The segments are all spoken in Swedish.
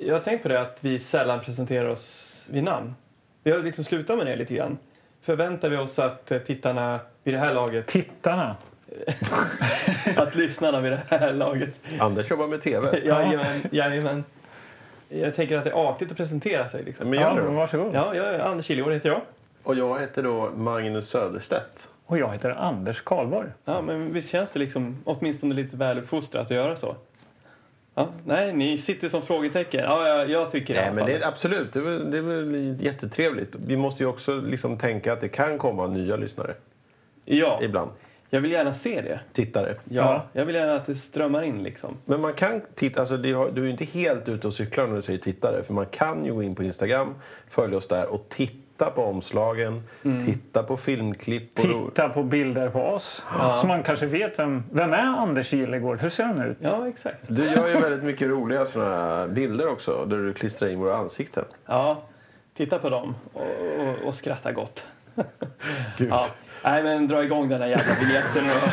Jag har tänkt på det att vi sällan presenterar oss vid namn. Vi har liksom slutat med det lite grann. Förväntar vi oss att tittarna vid det här laget... Tittarna? Att lyssnarna vid det här laget... Anders jobbar med tv. Jajamän. Jag tänker att det är artigt att presentera sig. Liksom. Men gör det då. Varsågod. Ja, Anders Kiljegård heter jag. Och jag heter då Magnus Söderstedt. Och jag heter Anders Karlborg. Ja, men visst känns det liksom åtminstone lite väluppfostrat att göra så? Ja, nej, ni sitter som frågetecken. Ja, jag tycker det. Nej, men det är absolut. Det är väl jättetrevligt. Vi måste ju också liksom tänka att det kan komma nya lyssnare. Ja, ibland. Jag vill gärna se det. Tittare. Ja, jag vill gärna att det strömmar in liksom. Men man kan titta, alltså du är ju inte helt ute och cyklar när du säger tittare. För man kan ju gå in på Instagram, följa oss där och titta på omslagen, titta på filmklipp. Titta på bilder på oss. Ja. Så man kanske vet vem är Anders Kiljegård? Hur ser han ut? Ja, exakt. Du gör ju väldigt mycket roliga såna bilder också, där du klistrar in våra ansikten. Ja, titta på dem och skratta gott. Gud. Ja. Nej, men dra igång den här jävla biljetten och...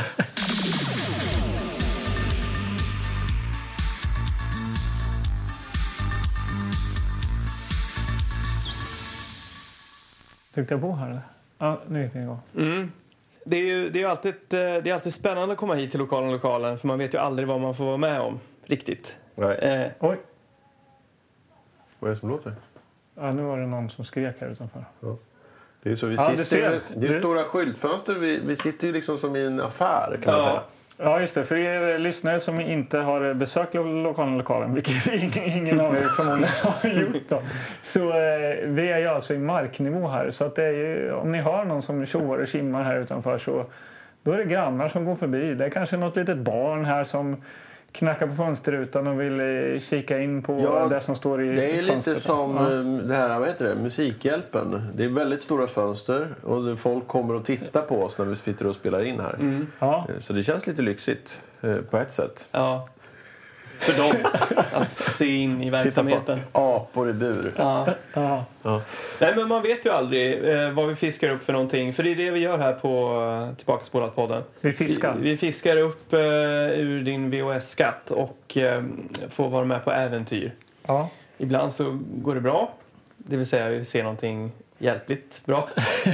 Tryckte jag på här eller? Ja, nu gick det igång. Det är alltid spännande att komma hit till lokalen för man vet ju aldrig vad man får vara med om. Riktigt. Nej. Oj. Vad är det som låter? Ja, nu var det någon som skrek här utanför. Ja. Det är så det är stora skyltfönster. Vi sitter ju liksom som i en affär kan man säga. Ja, just det. För er lyssnare som inte har besökt lokalen, vilket ingen av er förmodligen har gjort då. Så vi är ju alltså i marknivå här. Så att det är ju, om ni hör någon som tjoar och kimmar här utanför så då är det grannar som går förbi. Det är kanske något litet barn här som knackar på fönsterrutan och vill kika in på det som står i fönstret. Det är lite som det här, vad heter det, Musikhjälpen. Det är väldigt stora fönster och folk kommer och tittar på oss när vi sitter och spelar in här. Ja. Så det känns lite lyxigt på ett sätt. Ja. För dem att se in i verksamheten. Titta på apor i bur. Ja. Nej, men man vet ju aldrig vad vi fiskar upp för någonting. För det är det vi gör här på Tillbaka Spolat-podden. Vi fiskar upp ur din VHS-skatt och får vara med på äventyr. Ja. Ibland så går det bra. Det vill säga vi ser någonting hjälpligt bra.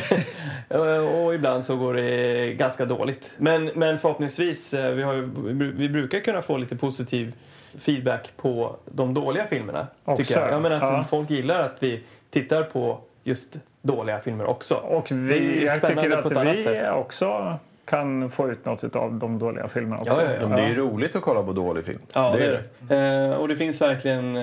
Och ibland så går det ganska dåligt. Men förhoppningsvis, vi brukar kunna få lite positiv feedback på de dåliga filmerna. Tycker jag. Jag menar att folk gillar att vi tittar på just dåliga filmer också. Och jag tycker att vi också kan få ut något av de dåliga filmerna också. Ja. Det är ju roligt att kolla på dålig film. Ja, det är det. Och det finns verkligen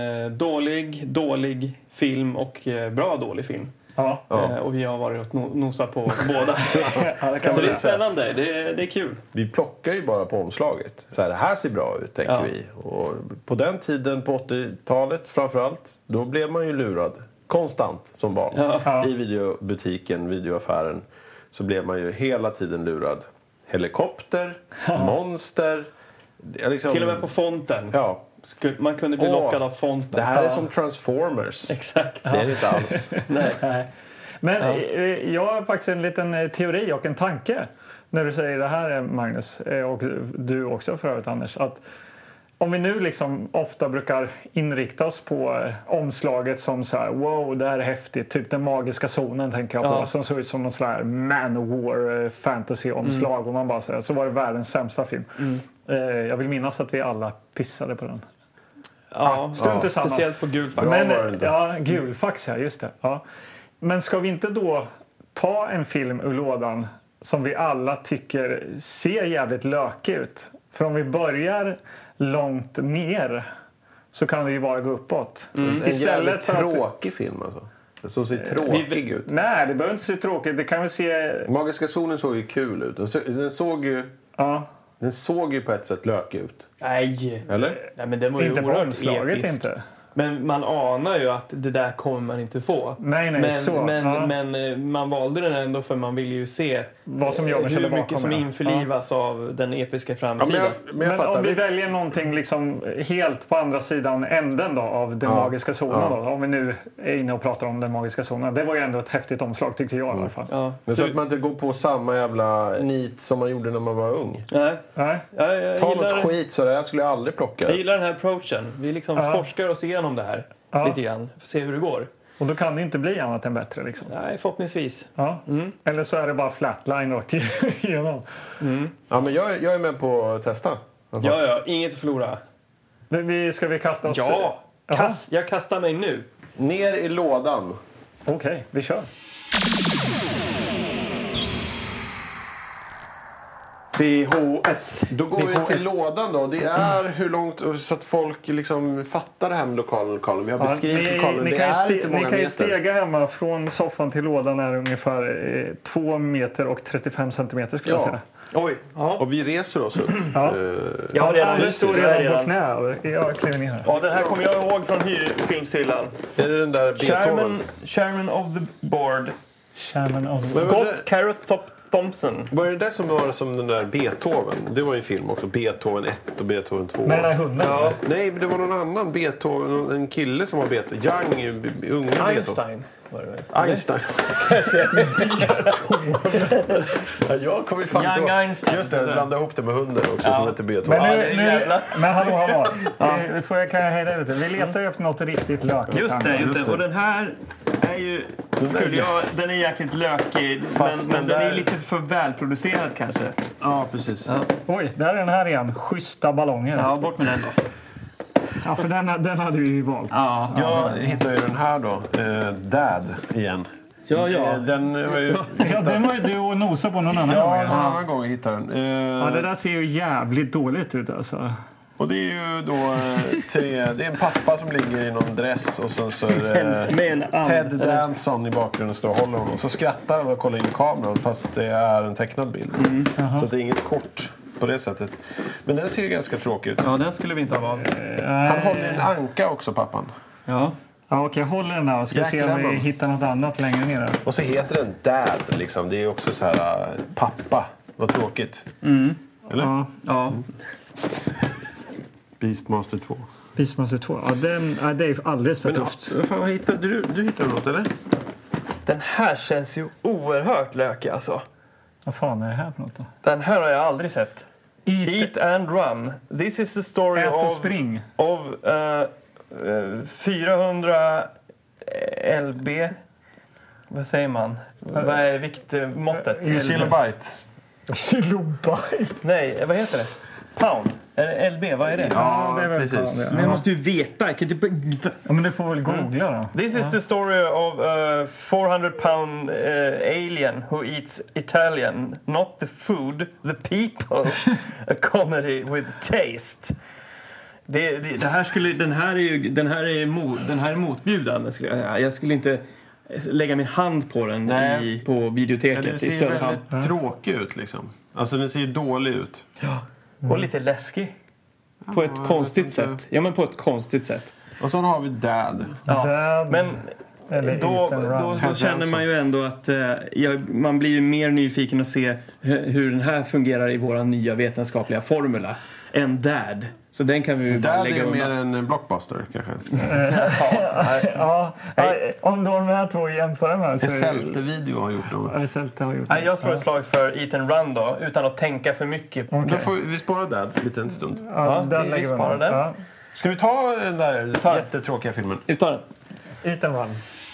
dålig film och bra dålig film. Ja. Och vi har varit och nosat på båda. Så det är spännande, det är kul. Vi plockar ju bara på omslaget. Så det här ser bra ut, tänker vi. Och på den tiden, på 80-talet framförallt, då blev man ju lurad konstant som barn. I videobutiken, videoaffären, så blev man ju hela tiden lurad. Helikopter, monster. Liksom, till och med på fonten. Ja. Man kunde bli lockad av fonten. Det här är som Transformers. Exakt. Det är det inte alls. Nej. Men jag har faktiskt en liten teori och en tanke när du säger det här, Magnus, och du också för övrigt, Anders, att om vi nu liksom ofta brukar inrikta oss på omslaget som så här, wow, det här är häftigt, typ den magiska zonen tänker jag på, som såg ut som någon sån här Man-War fantasy-omslag och man bara säger, så var det världens sämsta film. Jag vill minnas att vi alla pissade på den. Ja, speciellt på Gulfax. Gulfax, just det. Ja. Men ska vi inte då ta en film ur lådan som vi alla tycker ser jävligt lökig ut? För om vi börjar långt ner så kan det ju bara gå uppåt. En jävligt tråkig film alltså. Som ser tråkig ut. Nej, det behöver inte se tråkigt. Det kan vi se... Magiska zonen såg ju kul ut. Den såg ju... Ja. Den såg ju på ett sätt lökig ut. Nej. Eller? Nej, men den var ju inte oerhört omslaget episk. Inte. Men man anar ju att det där kommer man inte få. Nej, men man valde den ändå för man vill ju se vad som hur mycket som införlivas av den episka framsidan. Men om vi väljer någonting liksom helt på andra sidan änden då av den magiska zonen då, om vi nu är inne och pratar om den magiska zonen. Det var ju ändå ett häftigt omslag tyckte jag i alla fall. Ja. Men så att man inte går på samma jävla nit som man gjorde när man var ung. Nej. Ta något skit så där, jag skulle aldrig plocka. Jag gillar den här approachen. Vi liksom forskar oss igenom igenom det här lite grann. För att se hur det går. Och då kan det inte bli annat än bättre liksom. Nej, förhoppningsvis. Ja. Eller så är det bara flatline rakt igenom. Ja, men jag är med på att testa. Ja, inget att förlora. Ska vi kasta oss? Ja, jag kastar mig nu. Ner i lådan. Okej, vi kör. VHS. Då går vi till lådan då. Det är hur långt så att folk liksom fattar det här med lokalen. Vi har beskrivit lokalen. Ni kan ju stega hemma från soffan till lådan är ungefär 2 meter och 35 centimeter skulle jag säga. Oj. Ja. Och vi reser oss upp. Du står redan på knä och jag kliver ner här. Ja, den här kommer jag ihåg från filmshyllan. Är det den där Beethoven? Chairman of the board. Scott Carrot Top Thompson. Var det som var som den där Beethoven? Det var ju en film också. Beethoven 1 och Beethoven 2. Med den där hunden? Ja. Nej, men det var någon annan Beethoven. En kille som var Beethoven. Unga Einstein. Einstein. Jag kommer fan Young då. Einstein. Just det, blanda ihop det med hunden också som heter Beethoven. Men hallå. Kan jag hejda lite? Vi letar ju efter något riktigt lökigt. Just det. Och den här är ju... Den är jäkligt lökig. Men den är lite för välproducerad kanske. Ja, precis. Ja. Oj, där är den här igen. Schyssta ballonger. Ja, bort med den då. Ja, för den hade vi ju valt. Ja. Jag hittade ju den här då. Dad igen. Ja. Den var ju... den var ju du och nosa på någon annan gång. Ja, någon annan gång hittade den. Ja, det där ser ju jävligt dåligt ut alltså. Och det är ju då det är en pappa som ligger i någon dress och så är det Ted Danson i bakgrunden står och håller honom. Så skrattar han och kollar in i kameran fast det är en tecknad bild. Så det är inget kort på det sättet. Men den ser ju ganska tråkig ut. Ja, den skulle vi inte ha valt. Han håller en anka också, pappan. Ja, okej, håller den här och ska se om vi hittar något annat längre ner. Och så heter den Dad liksom. Det är också så här pappa. Vad tråkigt. Eller? Ja. Beastmaster 2. Beastmaster 2. Ja, det är alldeles för tufft. Vad fan du hittade något eller? Den här känns ju oerhört lökig alltså. Vad fan är det här för något då? Den här har jag aldrig sett. Eat and Run. This is the story of 400 LB. Vad säger man? Vad är viktmåttet? Kilobyte. Nej, vad heter det? Pound. Är det LB? Vad är det? Ja, det är väl precis. Pound, Men jag måste ju veta. Ja, men du får väl googla då. This is the story of a 400-pound alien who eats Italian. Not the food, the people. A comedy with taste. Den här är motbjudande. Jag skulle inte lägga min hand på den på videoteket. Den ser väldigt tråkig ut liksom. Alltså den ser ju dålig ut. Ja. Och lite läskig. På ett konstigt sätt. Ja, men på ett konstigt sätt. Och så har vi Dad. Ja. Men då känner man ju ändå att man blir ju mer nyfiken att se hur den här fungerar i våra nya vetenskapliga formula än Dad. Så den kan vi ju bara lägga undan. Dad är mer en blockbuster kanske. Om de här två jämför med så... Selte-video har gjort dem. Selte har gjort det. Jag slår ett slag för Eat and Run då, utan att tänka för mycket. Okay. Då får vi spara Dad lite en stund. Ja, vi sparar den. Ja. Ska vi ta den där jättetråkiga filmen? Vi tar den. Eat and Run.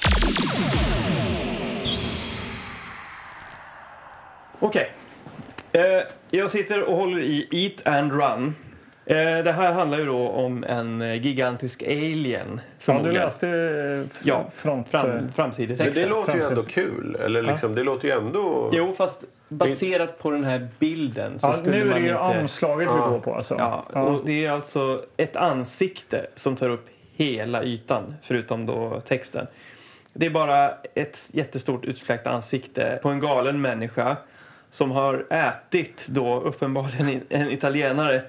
Okej. Jag sitter och håller i Eat and Run. Det här handlar ju då om en gigantisk alien. Ja, du läste framsidetexten. Men det låter ju ändå kul. Eller liksom, det låter ju ändå... Jo, fast baserat på den här bilden så skulle nu man är det ju inte... omslaget vi går på alltså. Ja, och det är alltså ett ansikte som tar upp hela ytan förutom då texten. Det är bara ett jättestort utfläkt ansikte på en galen människa som har ätit då uppenbarligen en italienare.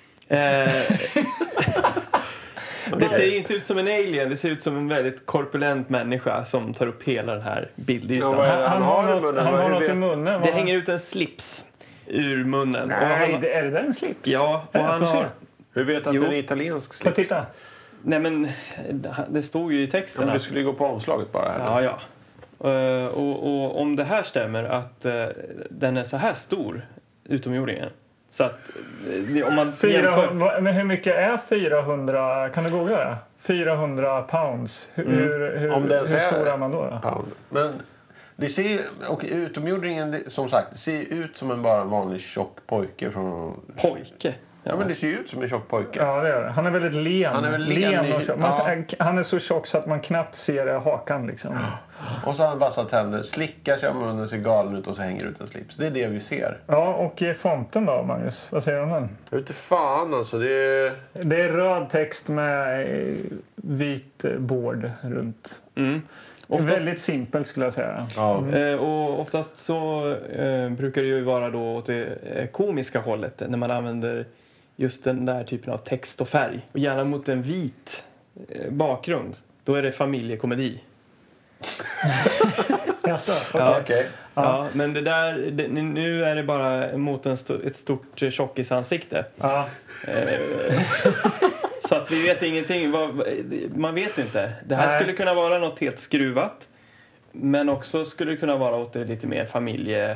Det ser inte ut som en alien. Det ser ut som en väldigt korpulent människa som tar upp hela den här bildytan. Han har något i munnen. Det hänger ut en slips ur munnen. Nej, är det där en slips? Ja, och han har... Vi vet att det är en italiensk slips. Titta. Nej, men det stod ju i texten. Ja, du skulle gå på omslaget bara här. Ja. Och om det här stämmer att den är så här stor, utomjordingen, Så att om man jämför... Men hur mycket är 400, kan du googla det? 400 pounds. Hur stor är man då? Pound. Men det ser, och utomjordingen, som sagt, det ser ut som en bara vanlig tjock pojke från... Pojke? Ja, men det ser ut som en tjock pojke. Ja, det är det. Han är väldigt len. Han är väl len och tjock. Han är så tjock så att man knappt ser hakan liksom. Och så har han vassa tänder, slickar sig om munnen, ser galen ut och så hänger ut en slips. Det är det vi ser. Ja, och fonten då, Magnus? Vad säger du om den? Jag vet inte fan alltså. Det är röd text med vit board runt. Oftast, väldigt simpelt skulle jag säga. Ja. Och oftast så brukar det ju vara då åt det komiska hållet när man använder just den där typen av text och färg. Och gärna mot en vit bakgrund. Då är det familjekomedi. Okay. Ja, men det där, nu är det bara mot ett stort tjockisansikte. Ja. Så att vi vet ingenting. Man vet inte. Det här skulle kunna vara något helt skruvat. Men också skulle det kunna vara åt det lite mer familjevänliga.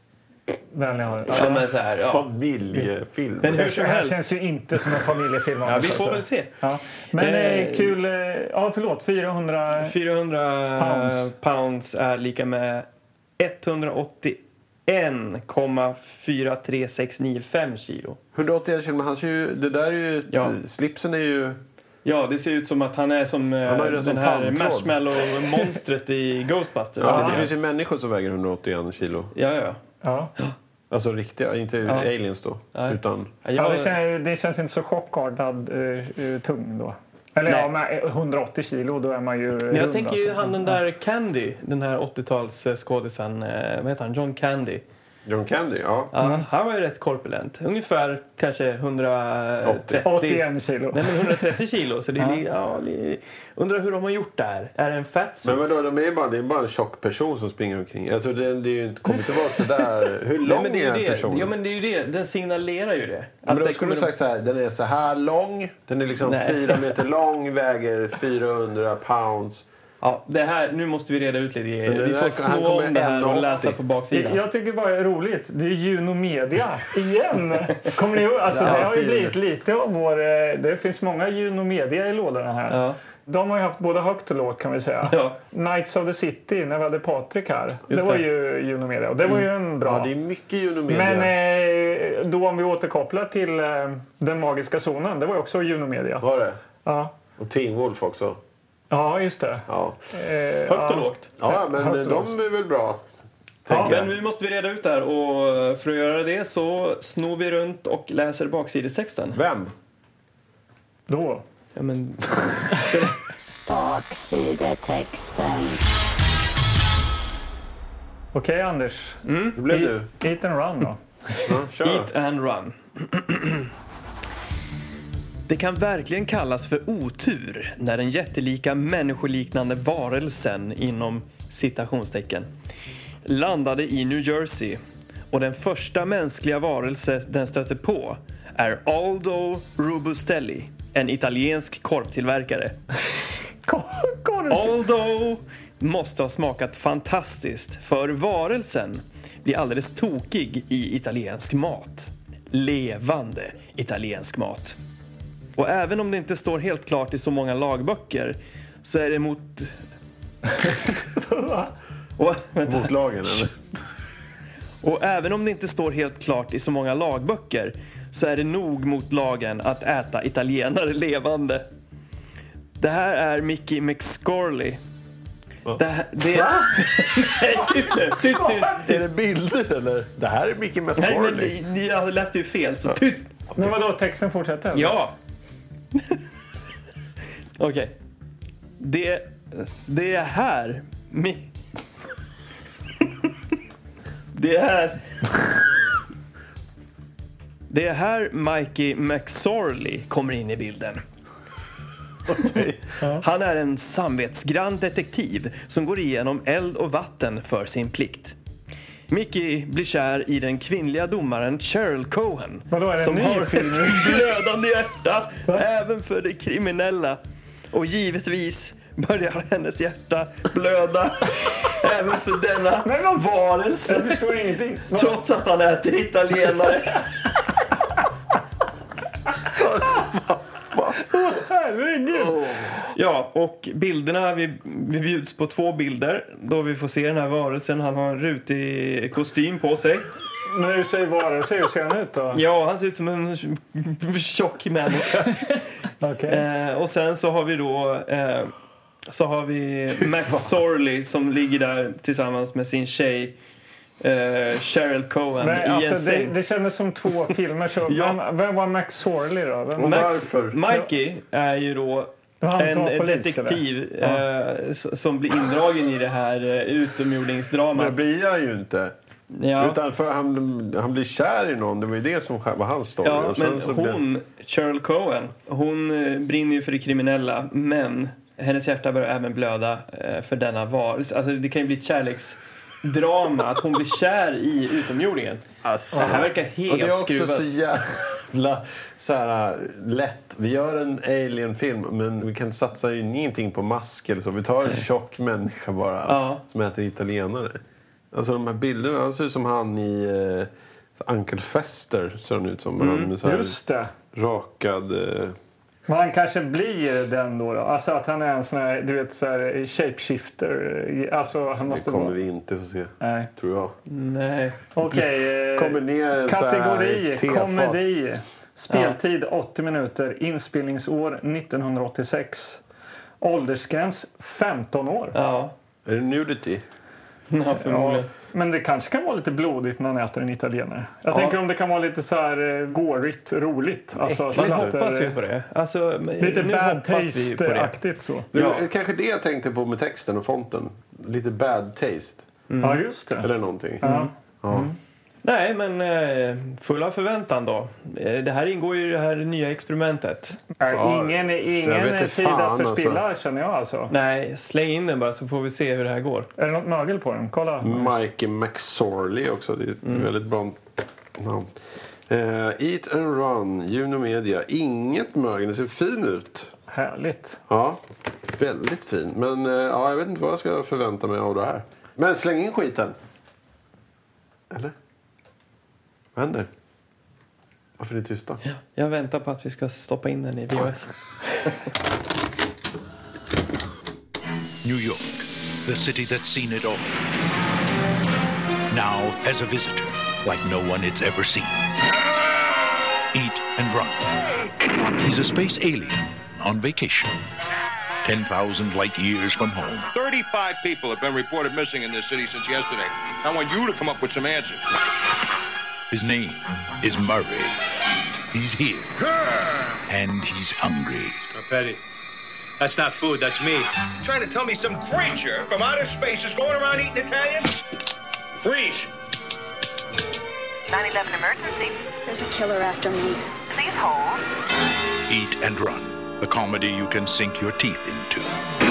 Familjefilm. Men hur som helst. Det känns ju inte som en familjefilm. Ja, vi får väl se. Ja. Men kul. Ja, förlåt. 400 pounds är lika med 181,43695 kilo. 181 kilo, men det där är ju... Slipsen är ju... Ja, det ser ut som att han är som den här marshmallow-monstret i Ghostbusters. Ja, det finns ju människor som väger 181 kilo. Ja. Alltså riktiga, inte aliens då. Utan... det känns inte så chockartad tung då. Eller med 180 kilo, då är man ju rund. Jag tänker ju den där Candy, den här 80-tals skådisen, vad heter han? John Candy. John Candy, ja. Han var ju rätt korpulent. Ungefär kanske 130... 81 kilo. Nej, men 130 kilo. Så det är undrar hur de har gjort där. Är det en fat suit? Men vadå, det är bara en tjock person som springer omkring. Alltså det kommer inte vara så där. Hur lång är en person? Ja, men det är ju det. Den signalerar ju det. Men då skulle du sagt så här, den är så här lång. Den är liksom 4 meter lång, väger 400 pounds. Ja, det här, nu måste vi reda ut lite grejer. Vi får slå om det här och läsa på baksidan. Jag tycker bara det är roligt. Det är Juno Media igen. Kommer ni ihåg? Alltså, det har ju blivit lite av vår... Det finns många Juno Media i lådorna här. Ja. De har ju haft både högt och lågt, kan vi säga. Ja. Knights of the City, när vi hade Patrik här. Det var ju Juno Media. Och det var ju en bra... Ja, det är mycket Juno Media. Men då om vi återkopplar till Den magiska zonen. Det var ju också Juno Media. Var det? Ja. Och Teen Wolf också. Ja, just det. Ja. Högt och lågt. Ja, men de är väl bra. Ja, men nu måste vi reda ut det här. Och för att göra det så snor vi runt och läser baksidestexten. Vem? Då? Ja, men... Baksidetexten. Okej, Anders. Hur blev du? Eat and run då. Kör. Eat and run. Det kan verkligen kallas för otur när den jättelika människoliknande varelsen inom citationstecken landade i New Jersey och den första mänskliga varelse den stötte på är Aldo Robustelli, en italiensk korptillverkare. Aldo måste ha smakat fantastiskt, för varelsen blir alldeles tokig i italiensk mat. Levande italiensk mat. Och även om det inte står helt klart i så många lagböcker så är det mot lagen, eller? Och även om det inte står helt klart i så många lagböcker så är det nog mot lagen att äta italienare levande. Det här är Mickey McScorley. Nej, tyst. Är det bilder eller? Det här är Mickey McScorley. Nej, men jag läste ju fel, så tyst. Men vadå, texten fortsätter? Ja. Okej. Det är här Det är här Mikey McSorley kommer in i bilden. Okay. Han är en samvetsgrann detektiv som går igenom eld och vatten för sin plikt. Mickey blir kär i den kvinnliga domaren Cheryl Cohen. Vadå, är det som en ny har film? ett glödande hjärta även för det kriminella. Och givetvis börjar hennes hjärta blöda även för denna varelse. Jag förstår ingenting. Trots att han äter italienare. herregud! Ja, och bilderna, vi bjuds på 2 bilder då vi får se den här varelsen. Han har en rutig kostym på sig. När du säger varelse, hur ser han ut då? Ja, han ser ut som en tjock människa. Okay. Och sen så har vi då Max Sorley som ligger där tillsammans med sin tjej Cheryl Cohen. Men, alltså, det kändes som 2 filmer. Så vem var Max Sorley då? Mikey är ju då en detektiv som blir indragen i det här utomjordingsdramat. Det blir han ju inte. Ja. Utan för han blir kär i någon. Det var ju det som var hans story. Ja, men Cheryl Cohen, hon brinner ju för det kriminella, men hennes hjärta börjar även blöda för denna varelse. Alltså det kan ju bli ett kärleksdrama att hon blir kär i utomjordingen. Alltså, det här verkar helt skruvat. Och det är också så jävla så här lätt. Vi gör en alien-film, men vi kan satsa ju ingenting på mask eller så. Vi tar en tjock människa bara som äter italienare. Alltså de här bilderna, han ser ut som han i Uncle Fester, ser han ut som. Han med så här just det. Rakad... Men han kanske blir den då. Alltså att han är en sån här, du vet, så här shapeshifter. Alltså han måste det kommer vi inte få se. Nej. Tror jag. Nej. Okej. Kommer ner en kategori, komedi. Speltid 80 minuter. Inspelningsår 1986. Åldersgräns 15 år. Ja. Är det nudity? Ja, förmodligen. Men det kanske kan vara lite blodigt när man äter en italienare. Jag tänker om det kan vara lite så här gårigt, roligt. Alltså, man hoppas ju på det. Alltså, lite bad taste-aktigt så. Kanske det jag tänkte på med texten och fonten. Lite bad taste. Ja, just det. Eller någonting. Nej, men full av förväntan då. Det här ingår ju i det här nya experimentet. Ingen tid att förspilla, alltså. Känner jag alltså. Nej, släng in den bara så får vi se hur det här går. Är det något mögel på den? Kolla. Mikey McSorley också. Det är ett väldigt bra namn. Eat and Run, Juno Media. Inget mögel, det ser fin ut. Härligt. Ja, väldigt fin. Men jag vet inte vad jag ska förvänta mig av det här. Men släng in skiten. Eller? Vad händer? Varför är det tysta? Ja, jag väntar på att vi ska stoppa in den i VHS. New York, the city that's seen it all. Now as a visitor, like no one it's ever seen. Eat and Run. He's a space alien on vacation. 10,000 light years from home. 35 people have been reported missing in this city since yesterday. I want you to come up with some answers. His name is Murray. He's here. And he's hungry. Oh, Petty, that's not food, that's me. You're trying to tell me some creature from outer space is going around eating Italian? Freeze! 911 emergency. There's a killer after me. Please hold. Eat and Run. The comedy you can sink your teeth into.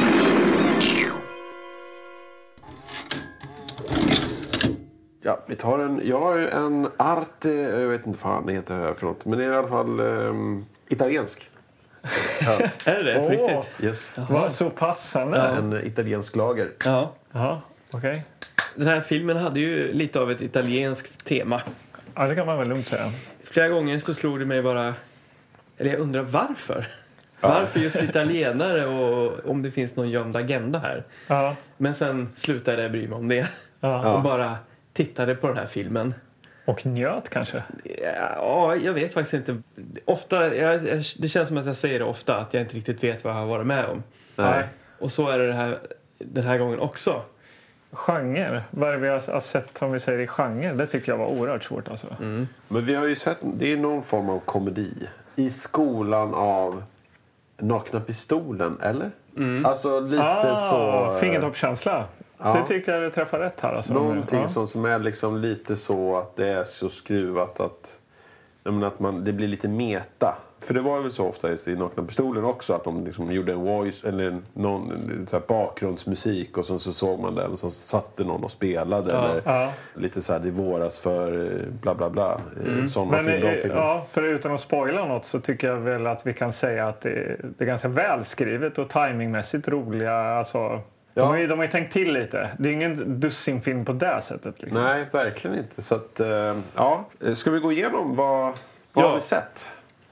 Ja, vi tar en... Jag har ju en arte... Jag vet inte vad det heter här för något. Men det är i alla fall italiensk. Ja. Är det på riktigt? Yes. Vad så passande. Ja. En italiensk lager. Ja. Jaha, okej. Den här filmen hade ju lite av ett italienskt tema. Ja, det kan man väl lugnt säga. Flera gånger så slog det mig bara... Eller jag undrar varför. Varför just italienare och om det finns någon gömd agenda här. Ja. Men sen slutade jag bry mig om det. Ja. Och bara tittade på den här filmen. Och njöt kanske? Ja, jag vet faktiskt inte. Ofta, det känns som att jag säger det ofta. Att jag inte riktigt vet vad jag har varit med om. Nej. Och så är det den här gången också. Genre? Vad är det vi har sett om vi säger i genre? Det tycker jag var oerhört svårt alltså. Men vi har ju sett... Det är någon form av komedi. I skolan av... Nakna pistolen, eller? Alltså lite så... Fingertoppskänsla. Ja. Det tycker jag du träffar rätt här. Alltså. Någonting som är liksom lite så att det är så skruvat att det blir lite meta. För det var väl så ofta i Nakna pistolen också att de liksom gjorde en voice eller någon så här bakgrundsmusik och så såg man den och så satte någon och spelade eller lite så här det våras för bla bla bla sådana filmer. Ja, för utan att spoila något så tycker jag väl att vi kan säga att det är ganska välskrivet och timingmässigt roliga alltså. De har ju tänkt till lite. Det är ingen dussinfilm på det sättet. Liksom. Nej, verkligen inte. Så att, ska vi gå igenom vad har vi sett?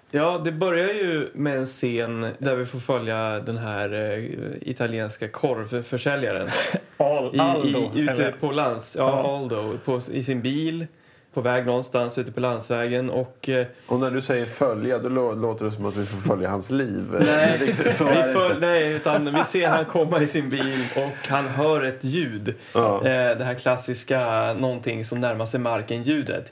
Ja, det börjar ju med en scen där vi får följa den här italienska korvförsäljaren. Aldo. Ute på Aldo i sin bil. På väg någonstans ute på landsvägen. Och när du säger följa, då låter det som att vi får följa hans liv. Nej, utan vi ser han komma i sin bil och han hör ett ljud. Ja. Det här klassiska, någonting som närmar sig marken-ljudet.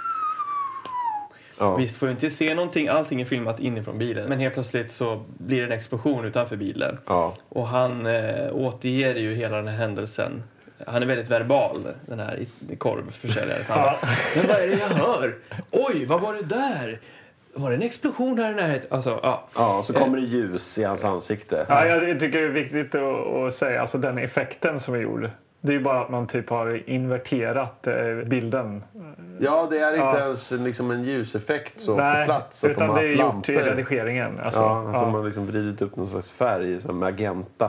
Ja. Vi får inte se någonting, allting är filmat inifrån bilen. Men helt plötsligt så blir det en explosion utanför bilen. Ja. Och han återger ju hela den här händelsen. Han är väldigt verbal, den här korvförsäljaren. Men vad är det jag hör? Oj, vad var det där? Var det en explosion här i närheten? Alltså, ja, så kommer det ljus i hans ansikte. Ja, jag tycker det är viktigt att säga, alltså den effekten som är gjord. Det är ju bara att man typ har inverterat bilden. Ja, det är inte ens liksom en ljuseffekt så på plats. Utan det är gjort i redigeringen. Alltså, man har liksom vridit upp någon slags färg som magenta.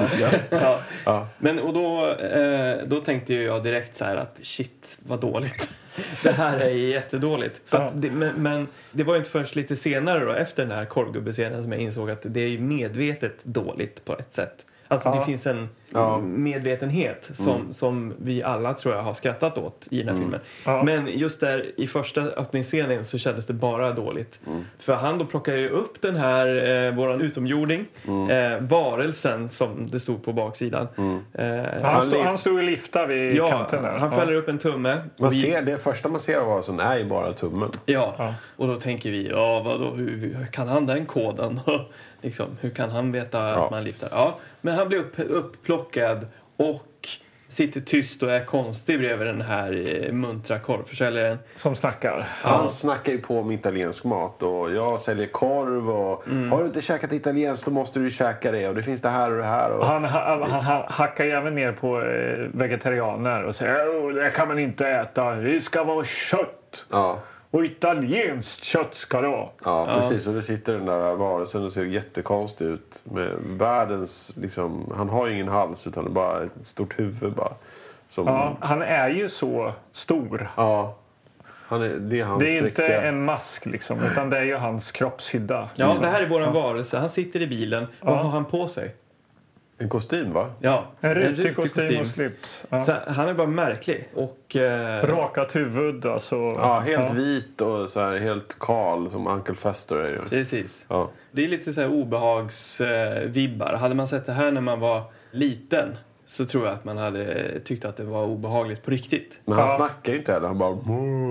Men och då tänkte jag direkt så här att shit, vad dåligt. Det här är jättedåligt. För att men det var inte först lite senare då, efter den här korvgubbescenen, som jag insåg att det är medvetet dåligt på ett sätt. Alltså det finns en medvetenhet som vi alla, tror jag, har skrattat åt i den här filmen. Men just där i första öppningsscenen så kändes det bara dåligt. För han då plockar ju upp den här våran utomjording, varelsen som det stod på baksidan. Han stod i lifta vid kanten där. Han fäller upp en tumme. Det första man ser av varelsen är ju bara tummen. Ja, och då tänker vi, vadå, hur kan han den koden? Liksom, hur kan han veta att man lyfter? Ja, men han blir upplockad och sitter tyst och är konstig bredvid den här muntra korvförsäljaren. Som snackar. Han snackar ju på om italiensk mat och jag säljer korv och har du inte käkat italienskt då måste du käka det och det finns det här och det här. Och... Han hackar ju även ner på vegetarianer och säger det kan man inte äta, det ska vara kött. Ja. Och italienskt kött ska det vara. Ja, precis. Och det sitter den där varelsen och ser jättekonstig ut. Med världens, liksom, han har ju ingen hals utan det är bara ett stort huvud bara. Han är ju så stor. Ja, det är hans det är inte riktiga... en mask liksom, utan det är ju hans kroppshydda. Ja, det här är våran varelse. Han sitter i bilen. Vad har han på sig? En kostym, va? Ja, en rutig kostym och slips. Ja. Så han är bara märklig. Och, rakat huvud. Alltså, ja, helt vit och så här, helt kal som Uncle Fester är ju. Precis. Ja. Det är lite så här obehagsvibbar. Hade man sett det här när man var liten så tror jag att man hade tyckt att det var obehagligt på riktigt. Men han snackar ju inte heller. Han bara...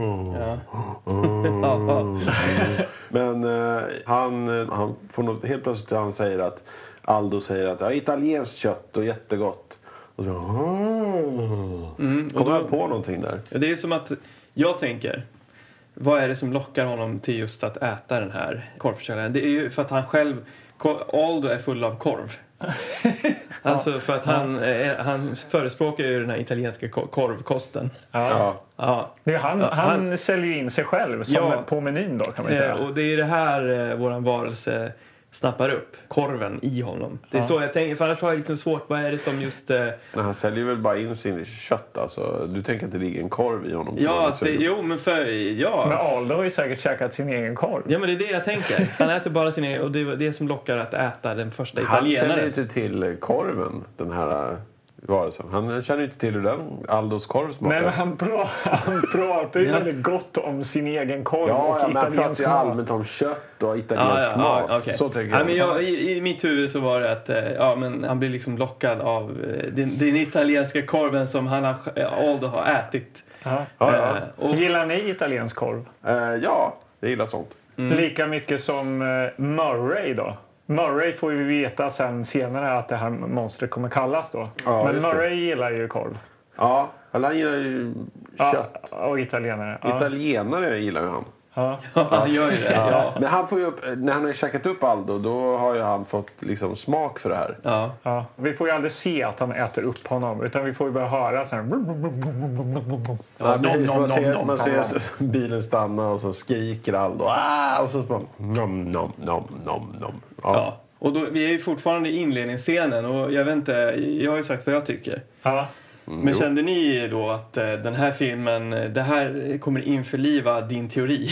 Men han får nog helt plötsligt han säger att Aldo säger att italienskt kött och jättegott. Och så kommer han på någonting där. Det är som att jag tänker, vad är det som lockar honom till just att äta den här korvförsäljaren? Det är ju för att han själv, Aldo är full av korv. Alltså för att han förespråkar ju den här italienska korvkosten. Han säljer in sig själv som på menyn då, kan man säga. Och det är det här våran varelse snappar upp, korven i honom. Det är så jag tänker, för annars har jag liksom svårt, vad är det som just... Han säljer väl bara in sin kött, alltså. Du tänker att det ligger en korv i honom? Ja, men Aldo har ju säkert käkat sin egen korv. Ja, men det är det jag tänker. Han äter bara sin egen, och det är det som lockar att äta den första italienaren. Han känner inte till korven, den här varelsen. Han känner inte till hur den Aldos korv smakar. Nej, men han pratar ju väldigt gott om sin egen korv och italiensk mat. Han pratar ju allmänt om kött och italiensk mat. Okay. Så tänker jag. I mitt huvud så var det att men han blir liksom lockad av den italienska korven som Aldo har ätit. Gillar ni italiensk korv? Ja, jag gillar sånt. Lika mycket som Murray då. Murray får vi veta senare att det här monstret kommer kallas då. Ja, men Murray gillar ju korv. Ja, eller han gillar ju kött. Och italienare. Italienare gillar ju han. Ja, han gör ju det. Ja. Men han får ju när han har käkat upp Aldo, då har ju han fått liksom smak för det här. Ja. Vi får ju aldrig se att han äter upp honom, utan vi får ju bara höra så här. Man ser bilen stanna och så skriker Aldo. Och så bara nom. Ja. Och då, vi är ju fortfarande i inledningsscenen och jag vet inte, jag har ju sagt vad jag tycker. Men kände ni då att den här filmen, det här kommer införliva din teori?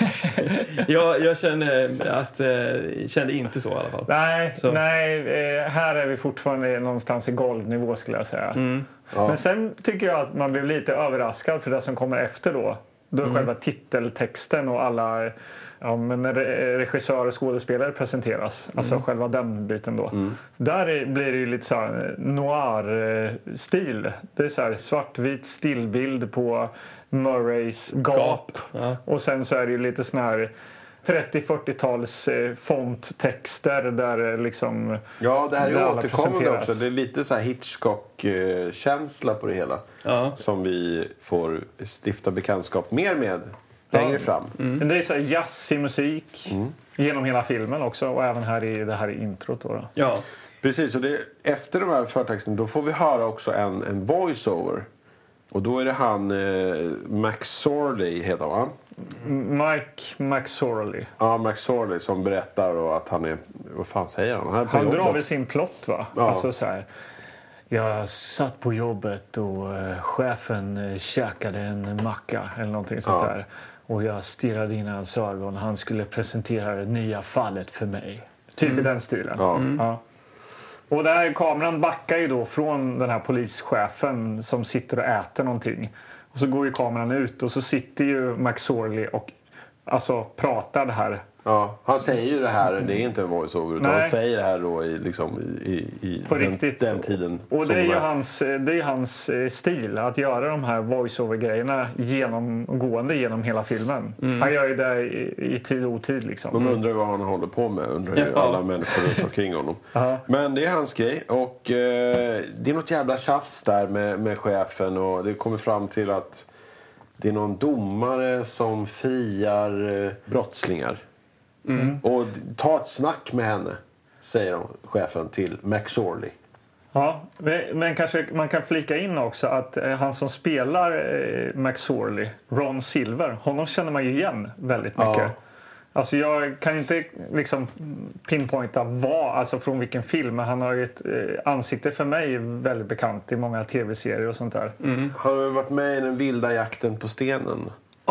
jag kände inte så i alla fall. Nej, här är vi fortfarande någonstans i golvnivå skulle jag säga. Ja. Men sen tycker jag att man blev lite överraskad för det som kommer efter då. Då är själva titeltexten och alla regissörer och skådespelare presenteras. Alltså själva den biten då. Där blir det ju lite så här noir-stil. Det är så här svartvit stillbild på Murrays gap. Ja. Och sen så är det ju lite sån här 30-40-tals fonttexter där liksom... Ja, det här är återkommande också. Det är lite så här Hitchcock-känsla på det hela. Ja. Som vi får stifta bekantskap mer med längre fram. Det är så här jazzig musik genom hela filmen också. Och även här i det här introt då. Ja, precis. Och efter de här förtexten då får vi höra också en voice-over. Och då är det han McSorley heter han. Mike McSorley. Ja, McSorley som berättar då att han är... Vad fan säger han? Han drar väl sin plott va? Ja. Alltså så här. Jag satt på jobbet och chefen käkade en macka eller någonting sånt där. Och jag stirrade in i hans ögon. Han skulle presentera det nya fallet för mig. Typ i den stilen. Ja. Och där kameran backar ju då från den här polischefen som sitter och äter någonting. Och så går ju kameran ut och så sitter ju McSorley och alltså pratar det här. Ja, han säger ju det här, det är inte en voice-over utan han säger det här då i på riktigt, den tiden. Och det är ju hans stil att göra de här voice-over-grejerna genomgående genom hela filmen. Han gör ju det i tid och otid liksom. De undrar vad han håller på med, undrar ju alla människor runt omkring honom. Men det är hans grej och det är något jävla tjafs där med chefen och det kommer fram till att det är någon domare som friar brottslingar. Och ta ett snack med henne, säger chefen till McSorley. Ja, men kanske man kan flika in också att han som spelar McSorley, Ron Silver, honom känner man ju igen väldigt mycket. Ja. Alltså jag kan inte liksom pinpointa alltså från vilken film, men han har ju ett ansikte för mig väldigt bekant i många tv-serier och sånt där. Har du varit med i Den vilda jakten på stenen?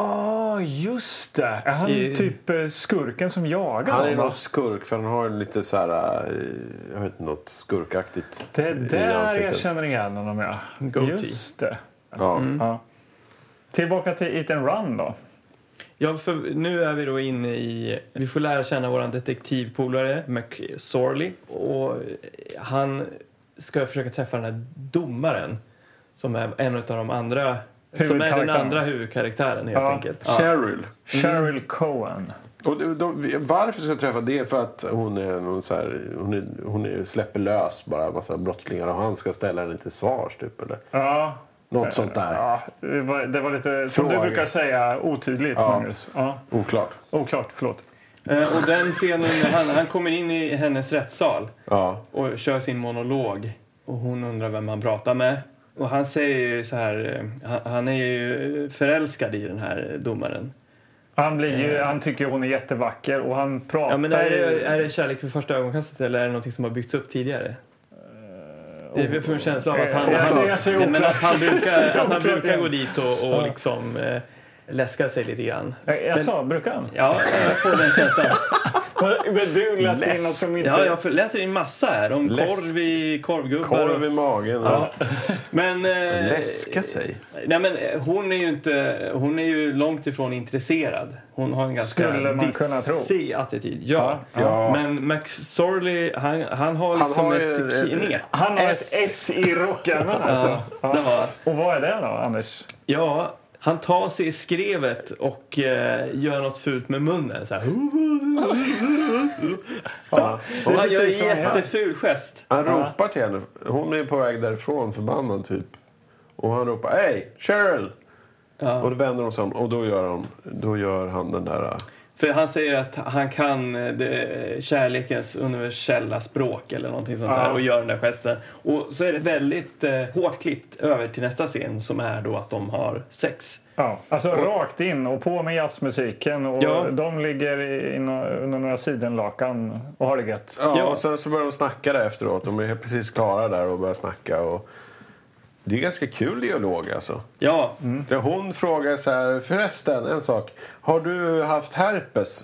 Just det. Är han typ skurken som jagar? Han är någon skurk för han har lite så här, jag vet inte, något skurkaktigt. Det är där jag känner igen honom, ja. Just det. Ja. Tillbaka till Eat and Run då. Ja, för nu är vi då inne i... Vi får lära känna våran detektivpolare McSorley. Och han ska försöka träffa den här domaren som är en av de andra... Som är den andra huvudkaraktären helt enkelt. Cheryl Cohen. Och varför ska jag träffa det? För att hon är någon så här, hon släpper lös bara en massa brottslingar och han ska ställa henne till svars typ eller? Ja. Något sånt där. Ja, det var lite som du brukar säga otydligt, Magnus. Ja. Oklart, förlåt. Och den scenen han kommer in i hennes rättssal och kör sin monolog och hon undrar vem han pratar med. Och han säger ju så här, han är ju förälskad i den här domaren. Han tycker hon är jättevacker och han pratar... Ja, men är det kärlek för första ögonkastet eller är det något som har byggts upp tidigare? Det är för en känsla av att han brukar gå dit och liksom läska sig lite grann. Brukar han? Ja, jag får den känslan. Men du läser in något som inte... Ja, jag läser in massa här. Om korvgubbar. Korv i magen. Ja. Men... läska sig? Nej, men hon är ju långt ifrån intresserad. Hon har en ganska dissig attityd. Ja. Men McSorley, han har liksom ett knep. Han har ett S i rocken. Alltså. Och vad är det då, Anders? Ja... Han tar sig i skrevet och gör något fult med munnen. Så här. Och han gör en jätteful gest. Han ropar till henne. Hon är på väg därifrån, förbannad typ. Och han ropar, hej, Cheryl! Ja. Och då vänder de sig om och då gör han den där... För han säger att han kan kärlekens universella språk eller någonting sånt där och gör den där gesten. Och så är det väldigt hårt klippt över till nästa scen som är då att de har sex. Ja, alltså rakt in och på med jazzmusiken och de ligger under några sidenlakan och har det gött. Ja, och sen så börjar de snacka där efteråt. De är precis klara där och börjar snacka och Det är ganska kul dialog alltså. Ja. Där hon frågar så här, förresten, en sak. Har du haft herpes?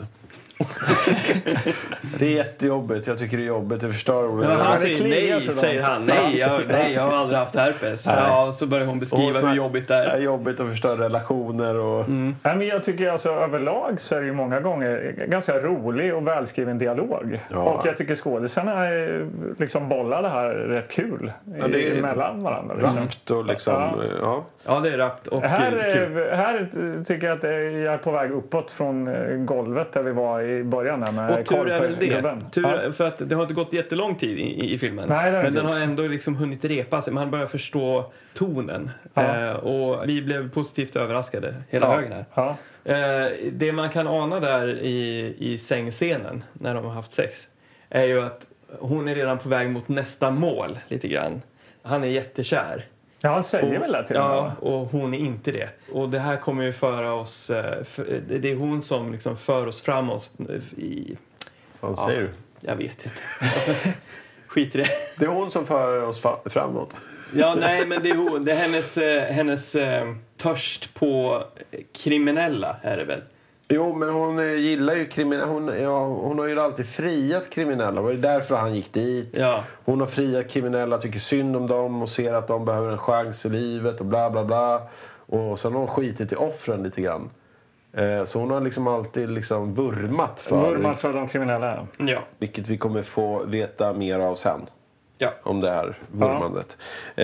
Det är jättejobbigt, jag tycker det är jobbigt, det förstör ordet. Ja, han säger nej, säger han. Nej, jag har aldrig haft herpes. Ja, så börjar hon beskriva hur jobbigt det är. Det är jobbigt att förstöra relationer och... Nej, men jag tycker alltså överlag så är det ju många gånger ganska rolig och välskriven dialog. Ja. Och jag tycker skådisarna liksom bollar det här rätt kul mellan varandra. Rappt och liksom... Ja, det är rappt och kul. Här tycker jag att jag är på väg uppåt från golvet där vi var i början med och tur är väl det. Tur, för att det har inte gått jättelång tid i filmen. Nej, men den har ändå liksom hunnit repa sig. Man börjar förstå tonen. Och vi blev positivt överraskade hela högen här. Ja. Det man kan ana där i sängscenen när de har haft sex är ju att hon är redan på väg mot nästa mål lite grann. Han är jättekär. Ja, han säger väl det till Ja, och hon är inte det. Och det här kommer ju föra oss... Det är hon som liksom för oss framåt i... Vad säger du? Jag vet inte. Skit i det. Det är hon som för oss framåt. Ja, nej, men det är hon. Det är hennes törst på kriminella, är det väl? Jo, men hon gillar ju kriminella. Hon har ju alltid friat kriminella. Det var därför han gick dit. Ja. Hon har friat kriminella, tycker synd om dem och ser att de behöver en chans i livet och bla bla bla. Och sen har hon skitit i offren lite grann. Så hon har liksom alltid liksom vurmat för de kriminella. Ja. Vilket vi kommer få veta mer av sen. Ja. Om det här vurmandet.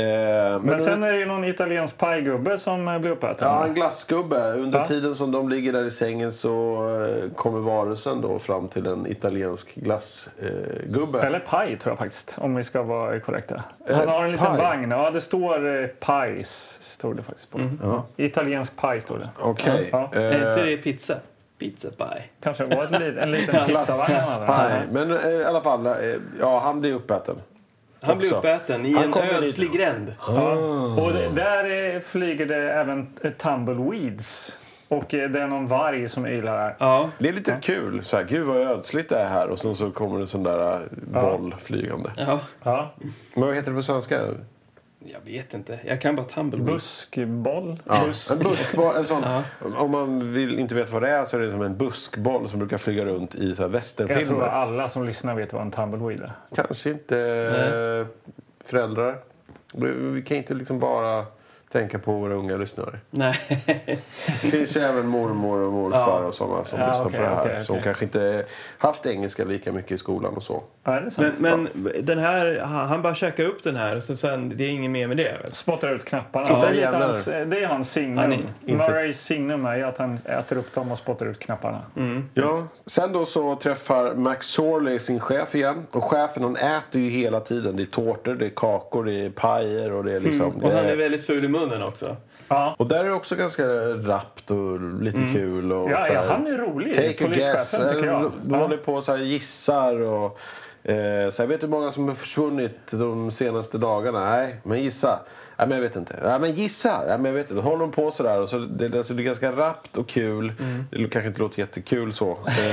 Men sen är det ju någon italiensk pajgubbe som blir uppäten. Ja, en glassgubbe. Under tiden som de ligger där i sängen så kommer varelsen då fram till en italiensk glassgubbe. Eller paj tror jag faktiskt, om vi ska vara korrekta. Han har en liten vagn. Ja, det står pajs, står det faktiskt på. Ja. Italiensk paj står det. Okej. Är inte det pizza? Pizza pie. Kanske var en liten pizzavagn. Men i alla fall, han blir uppäten. Han blir uppäten i en ödslig gränd. Ja. Och där flyger det även tumbleweeds. Och det är någon varg som ylar. Ja. Det är lite kul. Så här, gud vad ödsligt det är här. Och sen så kommer det sån där boll flygande. Ja. Men vad heter det på svenska? Jag vet inte. Jag kan bara tumbleweed. Buskboll. Ja. En buskboll. En sån, om man inte vet vad det är så är det som en buskboll som brukar flyga runt i så här westernfilmer. Jag tror att alla som lyssnar vet vad en tumbleweed är. Kanske inte föräldrar. Vi kan inte liksom bara tänka på våra unga lyssnare. Nej. Det finns ju även mormor och morfar och sådana som lyssnar på det här. Som kanske inte haft engelska lika mycket i skolan och så. Ja, det är sant. Men den här, han bara käkar upp den här och sen det är inget mer med det väl? Spottar ut knapparna. Det är hans signum. Murrays signum är att han äter upp dem och spottar ut knapparna. Ja, sen då så träffar Max Sorley sin chef igen. Och chefen hon äter ju hela tiden. Det är tårtor, det är kakor, det är pajer och det är liksom... Och han är väldigt ful i munnen också. Ja. Och där är det också ganska rappt och lite kul. Och så här, han är rolig. Take a guess. De håller på så här gissar och... Så jag vet hur många som har försvunnit de senaste dagarna. Nej, men gissa. Nej, men jag vet inte. Nej, men gissa. Nej, men jag vet inte. Håller de på sådär. Och så det är ganska rappt och kul. Det kanske inte låter jättekul så.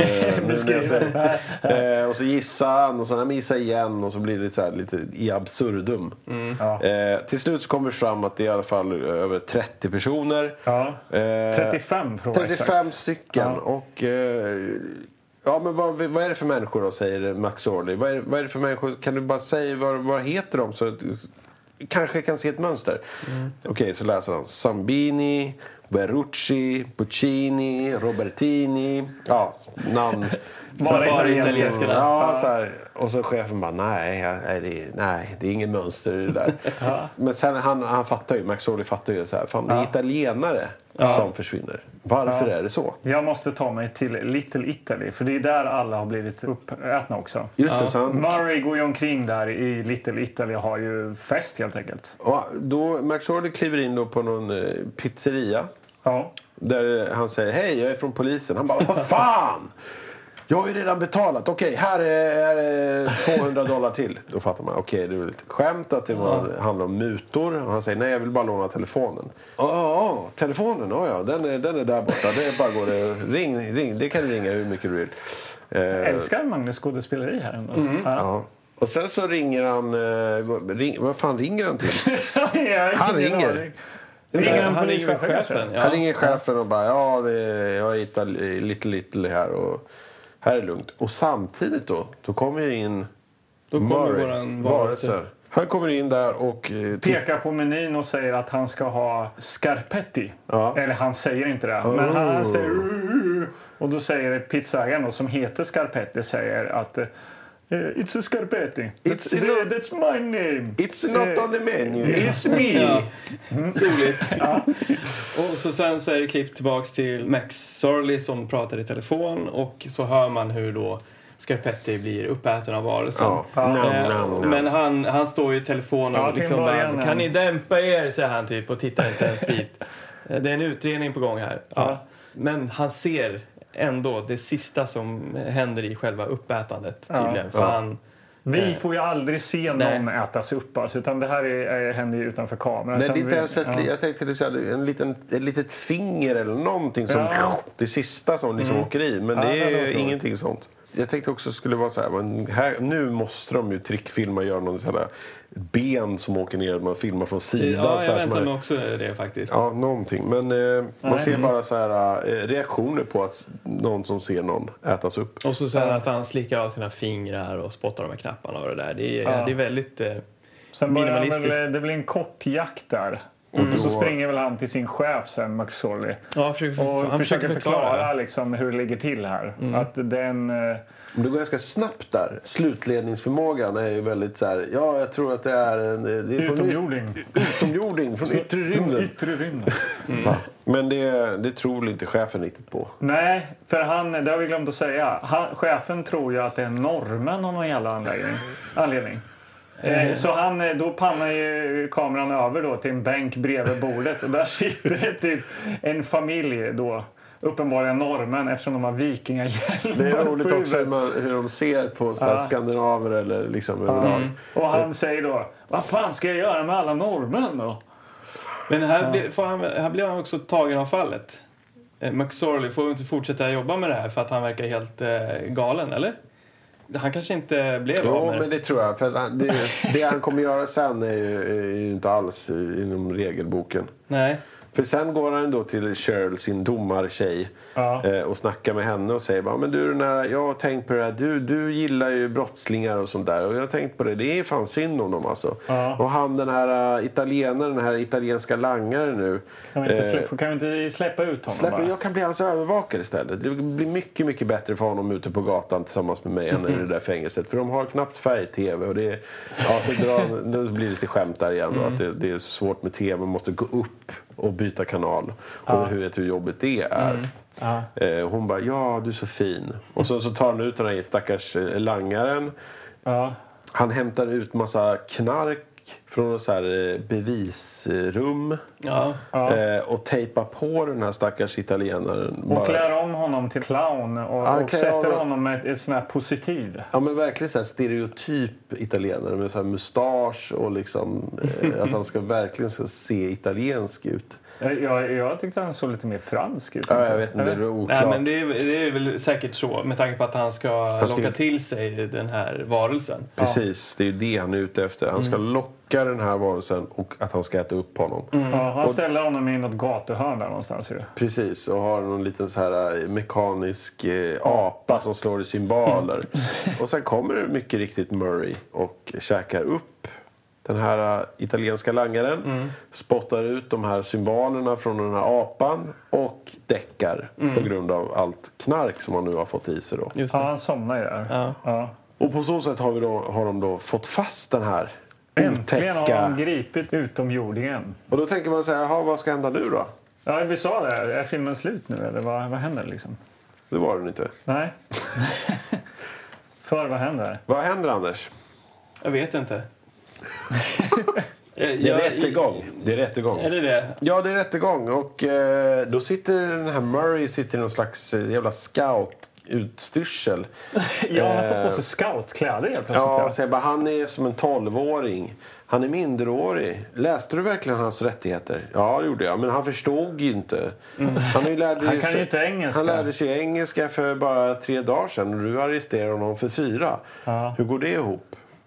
Och så gissar han. Och så nej, men gissa igen. Och så blir det så här lite i absurdum. Till slut så kommer det fram att det är i alla fall över 30 personer. 35 från 35 stycken. Och... Ja, men vad är det för människor då, säger Max Sorley? Vad är det för människor? Kan du bara säga vad heter de så kanske kan se ett mönster? Okej, så läser han. Sambini, Berrucci, Puccini, Robertini. Ja, namn. Bara italienska. Ja, så här. Och så chefen bara, nej, det är ingen mönster i det där. Men sen han fattar ju, Max Sorley fattar ju så här, fan det är italienare som försvinner. Varför är det så? Jag måste ta mig till Little Italy, för det är där alla har blivit uppätna också. Just det, sant. Murray går ju omkring där i Little Italy och har ju fest helt enkelt. Och då Max Sorley kliver in då på någon pizzeria. Ja. Där han säger, hej, jag är från polisen. Han bara, vad fan! Jag har ju redan betalat. Okej, här är $200 till. Då fattar man, okej, det är lite skämt att det handlar om mutor. Och han säger, nej, jag vill bara låna telefonen. Telefonen, den är där borta. Det är bara går det, ring, det kan du ringa hur mycket du vill. Jag älskar Magnus skådespeleri här ändå. Ja. Och sen så ringer han... vad fan ringer han till? Han ringer. Han ringer chefen. Ja. Han ringer chefen och bara, jag hittar lite här och här är lugnt. Och samtidigt då kommer ju in våran varelse. Han kommer in där och... pekar på menyn och säger att han ska ha scarpetti. Ja. Eller han säger inte det. Men han säger... Och då säger pizzaägaren som heter Scarpetti säger att... It's a Scarpetti. That's my name. It's not on the menu. It's me. Ja. Roligt. Ja. Och så sen så är det klipp tillbaks till Max Sorley som pratar i telefon. Och så hör man hur då Scarpetti blir uppäten av varelsen. Men han står ju i telefon och liksom bara, kan ni dämpa er, säger han typ, och tittar inte ens dit. Det är en utredning på gång här. Ja. Men han ser ändå det sista som händer i själva uppätandet tydligen. För vi får ju aldrig se någon ätas upp, alltså, utan det här händer ju utanför kameran. Nej, det är inte ens jag tänkte säga ett litet finger eller någonting som det sista som liksom åker i, men det är ingenting sånt. Jag tänkte också skulle vara så här, men nu måste de ju trickfilma och göra någon sån här ben som åker ner, man filmar från sidan. Ja, jag väntar mig också det faktiskt. Ja, någonting. Men man ser bara så här reaktioner på att någon som ser någon ätas upp. Och så sen att han slickar av sina fingrar och spottar de här knapparna och det där. Det är väldigt minimalistiskt. Det blir en kort jakt där. Och så springer väl han till sin chef sen, Max Sorley. Ja, han försöker förklara liksom hur det ligger till här. Att den... Det går ganska snabbt där. Slutledningsförmågan är ju väldigt så här... Ja, jag tror att det är en... Utomjording från yttre rymden. Men det tror inte chefen riktigt på. Nej, för det har vi glömt att säga. Chefen tror ju att det är normen av någon jävla anledning. Så då pannar ju kameran över då till en bänk bredvid bordet. Och där sitter det typ en familj då. Uppenbarligen normen eftersom de har vikingahjälm. Det är roligt också hur de ser på så här skandinaver eller liksom överlag. Och han säger då, vad fan ska jag göra med alla normen då? Men här blir han också tagen av fallet. Max Sorley får inte fortsätta jobba med det här för att han verkar helt galen, eller? Han kanske inte blev av med det. Men det tror jag. För det han kommer göra sen är ju inte alls inom regelboken. Nej. För sen går han då till Cheryl, sin domartjej, och snackar med henne och säger bara, men du, jag har tänkt på det här, du gillar ju brottslingar och sånt där, och jag har tänkt på det är fan synd om dem alltså. Och han den här italienaren, den här italienska langaren nu. Kan vi inte släppa ut honom? Jag kan bli hans övervakare istället. Det blir mycket, mycket bättre för honom ute på gatan tillsammans med mig än i det där fängelset. För de har knappt färg-tv och det blir lite skämt där igen då, att det är svårt med tv, man måste gå upp och byta kanal och hur jobbigt det är. Hon bara, ja du är så fin. Och så tar hon ut den här stackars langaren. Han hämtar ut massa knark från något så här bevisrum och tejpar på den här stackars italienaren. Och klär om honom till clown och sätter honom med ett sån här positiv. Ja, men verkligen så här stereotyp italienare med så här mustasch och liksom att han ska verkligen se italiensk ut. Jag tyckte han såg lite mer fransk ut. Ja, jag vet inte, det är oklart. Nej, men det är väl säkert så, med tanke på att han ska locka till sig den här varelsen. Precis, det är ju det han är ute efter. Han ska locka den här varelsen och att han ska äta upp honom. Han ställer honom i något gatuhörn där någonstans. Precis, och har någon liten så här mekanisk apa som slår i cymbaler. Och sen kommer det mycket riktigt Murray och käkar upp den här italienska langaren, spottar ut de här symbolerna från den här apan och däckar på grund av allt knark som han nu har fått i sig då. Just det. Ja, han somnar ju där. Ja. Och på så sätt har de då fått fast den här äntligen har de gripit utomjordingen. Och då tänker man så här, vad ska hända nu då? Ja, vi sa det. Är filmen slut nu eller vad händer liksom? Det var den inte. Nej. Vad händer? Vad händer, Anders? Jag vet inte. Det är rättegång. Är det det? Ja, det är rättegång. Och då sitter den här Murray i någon slags jävla scout-utstyrsel. Ja, han får på sig scoutkläder helt plötsligt. Ja, så bara, han är som en 12-åring. Han är minderårig. Läste du verkligen hans rättigheter? Ja, det gjorde jag. Men han förstod ju inte. Han kan ju inte engelska. Han lärde sig engelska för bara 3 dagar sedan. Och du arresterade honom för 4. Ja. Hur går det ihop?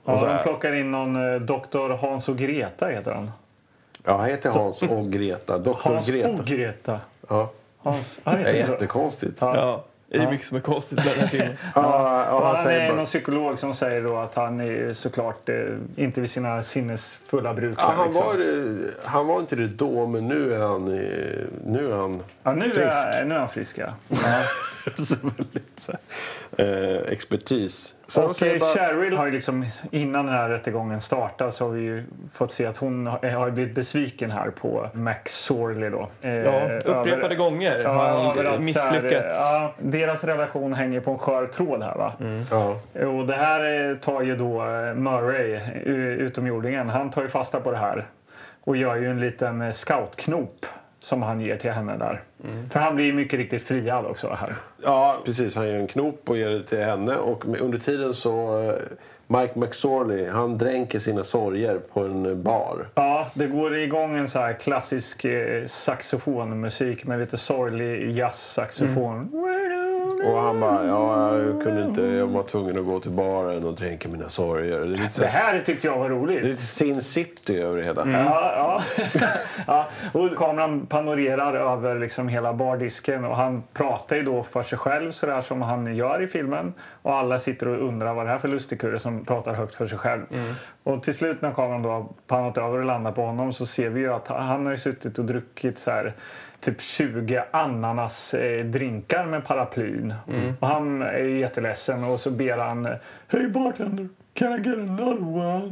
Ja, de plockar in någon doktor Hans och Greta heter han. Ja, han heter Hans och Greta. Doktor Hans Greta. och Greta. Ja. Hans, det är jättekonstigt. Ja. Det är mycket som är konstigt med den här filmen. Han är någon psykolog som säger då att han är såklart inte vid sina sinnesfulla bruk. Han var inte det då, men nu är han frisk. Nu är han frisk, ja. Så väldigt expertis. Och Cheryl har ju liksom, innan den här rättegången startar så har vi ju fått se att hon har blivit besviken här på McSorley då. Upprepade gånger har han misslyckats. Deras relation hänger på en skör tråd här, va? Och det här tar ju då Murray, utomjordingen, han tar ju fasta på det här och gör ju en liten scoutknop som han ger till henne där. För han blir mycket riktigt friad också här. Ja, precis. Han gör en knop och ger det till henne. Och under tiden så... Mike McSorley, han dränker sina sorger på en bar. Ja, det går igång en så här klassisk saxofonmusik med lite sorglig jazzsaxofon. Och han bara, jag var tvungen att gå till baren och dränka mina sorger. Det här tyckte jag var roligt. Det är lite Sin City över det hela. Ja. Och kameran panorerar över liksom hela bardisken och han pratar ju då för sig själv så där som han gör i filmen. Och alla sitter och undrar vad det här för lustigkurre som pratar högt för sig själv. Och till slut när kameran då har pannat över och landar på honom så ser vi ju att han har ju suttit och druckit så här typ 20 ananas drinkar med paraplyn. Och han är jätteledsen och så ber han Hey bartender, can I get another one?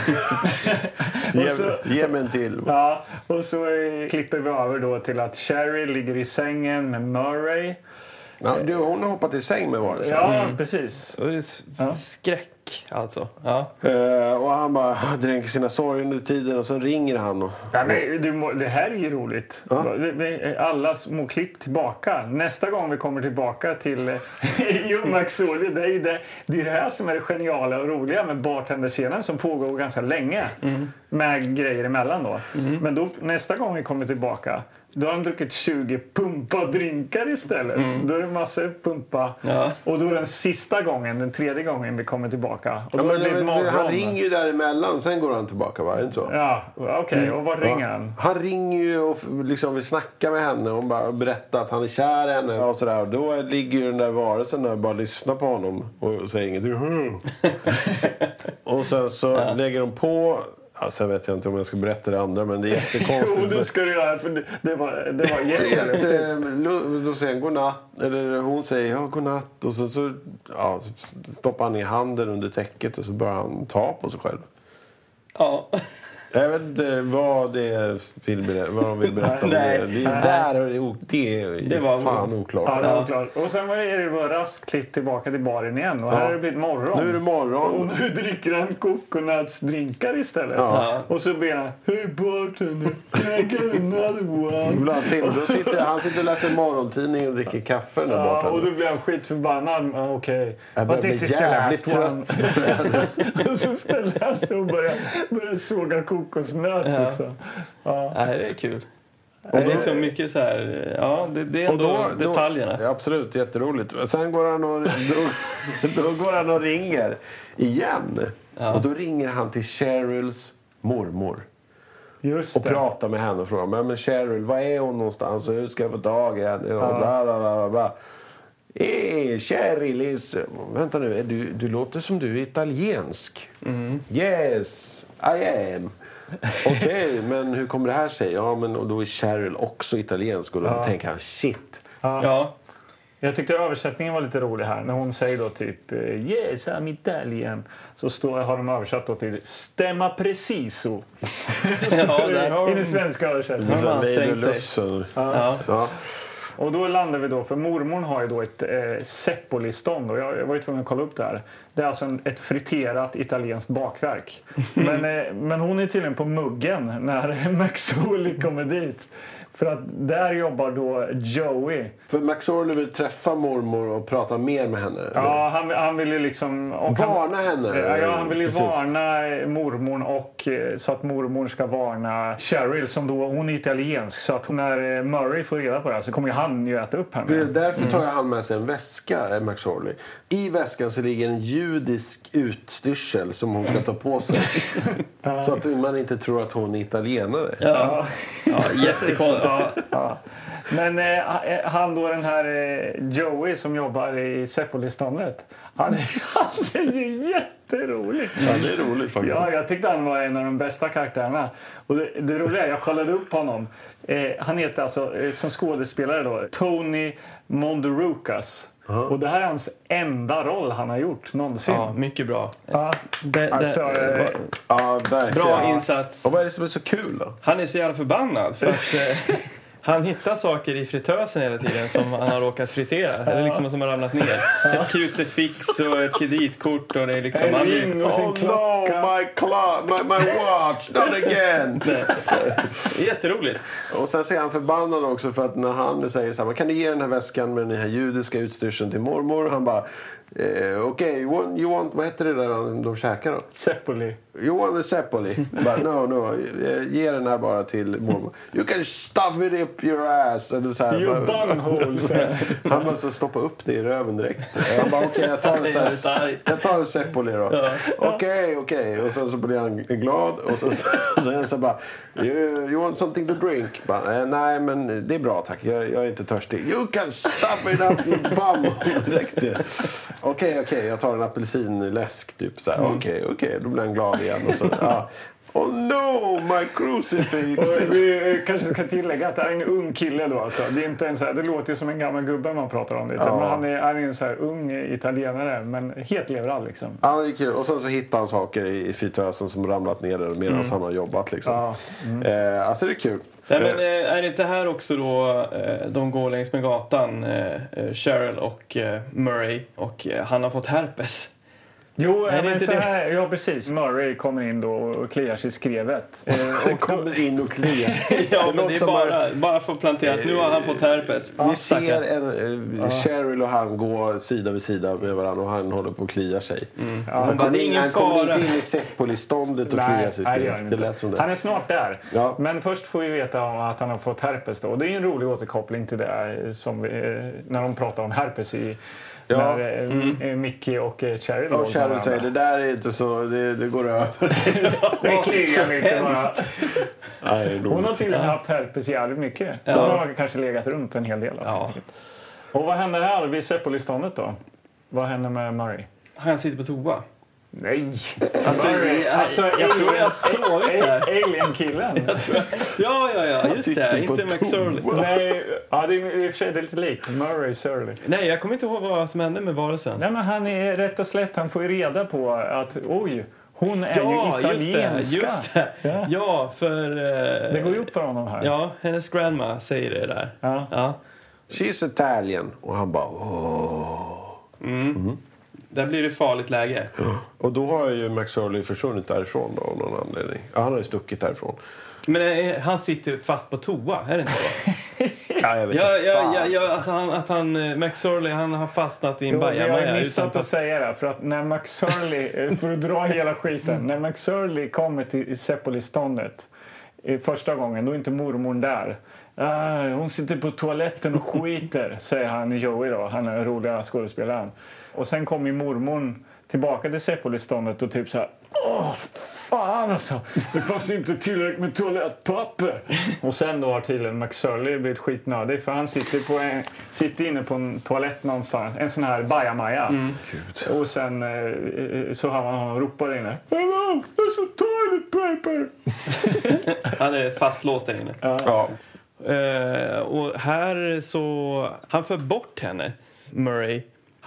Ge mig en till. Ja, och så klipper vi över då till att Cheryl ligger i sängen med Murray. Ja, hon har hoppat i säng med varelsen. Ja, precis. Skräck alltså. Ja. Och han bara dränker sina sorger under tiden och sen ringer han. Och... Ja, men det här är ju roligt. Ja. Alla små klipp tillbaka. Nästa gång vi kommer tillbaka till McSorley, det är det här som är det geniala och roliga med bartenderscenen som pågår ganska länge. Med grejer emellan då. Men då, nästa gång vi kommer tillbaka då har de druckit 20 pumpa-drinkar istället. Då är det massor pumpa. Ja. Och då är den sista gången, den tredje gången vi kommer tillbaka. Och då han ringer ju däremellan, sen går han tillbaka, va? Inte så? Ja, okej. Och var ringer han? Han ringer ju och liksom vill snacka med henne och bara berätta att han är kär i henne. Och sådär. Och då ligger ju den där varelsen där och bara lyssnar på honom och säger ingenting. Och sen så lägger de på... Ja, sen vet jag inte om jag ska berätta det andra, men det är jättekonstigt. Jo, det ska du göra, för det var jättelustigt. Då säger han godnatt, eller hon säger godnatt, och så stoppar han i handen under täcket och så börjar han ta på sig själv. Ja. Jag vet inte vad de vill berätta om det. Det var fan oklart. Ja, det var oklart. Och sen är det bara raskt klipp tillbaka till baren igen. Och här har det blivit morgon. Nu är det morgon. Och nu dricker han kokonatsdrinkar istället. Ja. Och så ber han, hey bartender, can I get another one? Då sitter han och läser morgontidning och dricker kaffe. Ja, och då blir han skitförbannad. Okej. But this is the last one. Och så ställer han sig och börjar såga kokosnöt. Liksom. Ja. Nej, det är kul. Det är inte så mycket så här... Ja, det är ändå detaljerna. Ja, absolut, jätteroligt. Sen går han och ringer igen. Ja. Och då ringer han till Cheryls mormor. Just och pratar med henne och frågar, men Cheryl, var är hon någonstans? Hur ska jag få tag i henne? Ja. Bla, bla, bla, bla. Cheryl, vänta nu, du låter som du är italiensk. Yes, I am. Okej, men hur kommer det här sig? Ja, men och då är Cheryl också italiensk och då tänker han, shit. Ja. Jag tyckte översättningen var lite rolig här. När hon säger då typ yes, I'm Italian. Så har de översatt då till stämma preciso. Ja, där har i den svenska översättningen. Ja. Och då landar vi då, för mormor har ju då ett seppoli-stånd och jag var ju tvungen att kolla upp det här. Det är alltså ett friterat italienskt bakverk. Men hon är tydligen på muggen när McSorley kommer dit. För att där jobbar då Joey. För McSorley vill träffa mormor och prata mer med henne. Ja, han vill ju liksom... Varna henne. Ja, han vill ju varna mormor och så att mormor ska varna Cheryl som då, hon är italiensk. Så att när Murray får reda på det här så kommer ju han ju äta upp henne. Därför tar han med sig en väska, McSorley. I väskan så ligger en judisk utstyrsel som hon ska ta på sig. Så att man inte tror att hon är italienare. Ja, jättekonstigt. Ja. Men han då, den här Joey som jobbar i Sepoli-ståndet, han är ju jätterolig. Ja, det är roligt faktiskt. Ja, jag tyckte han var en av de bästa karaktärerna. Och det roliga är, jag kollade upp honom. Han heter alltså, som skådespelare då, Tony Monderucas. Och det här är hans enda roll han har gjort någonsin. Ja, mycket bra. Ja, verkligen. Bra insats. Och vad är det som är så kul då? Han är så jävla förbannad för att han hittar saker i fritösen hela tiden som han har råkat fritera. Eller liksom som har ramlat ner. Ett krucifix och ett kreditkort och det är liksom... En ring och sin klocka. My watch, not again. Jätteroligt. Och sen ser han förbannad också för att när han säger så här, kan du ge den här väskan med den här judiska utstyrseln till mormor? Han bara, okej, you want, vad heter det där de käkar då? Sepoli. You want a Sepoli? But no, ge den här bara till mormor. You can stuff it up your ass. Eller så här, you bunghole. Han bara så stoppa upp det i röven direkt. Han bara, okej, jag tar en Sepoli då. Okej. Och så blir han glad. Och så är han så bara, you want something to drink? Bara, nej, men det är bra tack. Jag är inte törstig. You can stuff it up your bum. Direkt. Okej, jag tar en apelsinläsk typ så här. Okej, då blir han glad igen och så. Ja. Oh no, my crucifix. Vi kanske ska tillägga att det är en ung kille då alltså. Det är inte en så här, det låter ju som en gammal gubbe man pratar om det. Men han är en så här ung italienare, men helt leverall liksom. Ja, det är kul. Och sen så hittar han saker i fritösen som ramlat ner där medan han har jobbat liksom. Alltså det är kul. Nej, men är det inte här också då de går längs med gatan, Cheryl och Murray, och han har fått herpes? Jo, men så här, ja precis. Murray kommer in då och kliar sig i skrevet. Och kommer in och kliar. Ja, men det är bara för att plantera att nu har han fått herpes. Vi ser Cheryl och han gå sida vid sida med varandra och han håller på att klia sig. Han kommer inte in i Sepoli-ståndet och kliar sig i skrevet. Det lät som det. Han är snart där. Ja. Men först får vi veta att han har fått herpes då. Och det är en rolig återkoppling till det som när de pratar om herpes i... Ja. När Mickey och Cheryl och Cheryl säger det där är inte så, det går över. Det kliar lite bara. Hon har tydligen haft herpes jävligt mycket. Hon har kanske legat runt en hel del. Och vad händer här vid Sepoli-ståndet då? Vad händer med Murray? Han sitter på toa. Nej! Jag tror jag såg det. Alien-killen. Ja, just det. Inte McSorley. Nej, det är i och för sig lite likt. Murray Surley. Nej, jag kommer inte ihåg vad som hände med varelsen. Nej, men han är rätt och slätt. Han får ju reda på att, hon är ju italienska. Just det. Ja, för... det går ju upp för honom här. Ja, hennes grandma säger det där. Ja. She's Italian. Och han bara, Där blir det farligt läge. Och då har ju McSorley försvunnit därifrån då, av någon anledning. Ja, han har ju stuckit därifrån. Men han sitter fast på toa, är det inte så? Ja, jag vet inte. Alltså McSorley, han har fastnat i en bajamaja. Jag har missat att säga det, för att när McSorley, för att dra hela skiten, när McSorley kommer till Sepoli-ståndet första gången, då är inte mormor där. Hon sitter på toaletten och skiter, säger han Joey då, han är roliga skådespelaren. Och sen kommer mormor tillbaka till Sepoli-ståndet och typ så här: fan alltså, det fanns inte tillräckligt med toalettpapper. Och sen då har tydligen McSorley blivit skitnödig, för han sitter inne på en toalett någonstans, en sån här bajamaja. Och sen så har man ropat där inne: hello, there's a toilet paper. Han är fastlåst där inne. Ja. Och här så han för bort henne, Murray.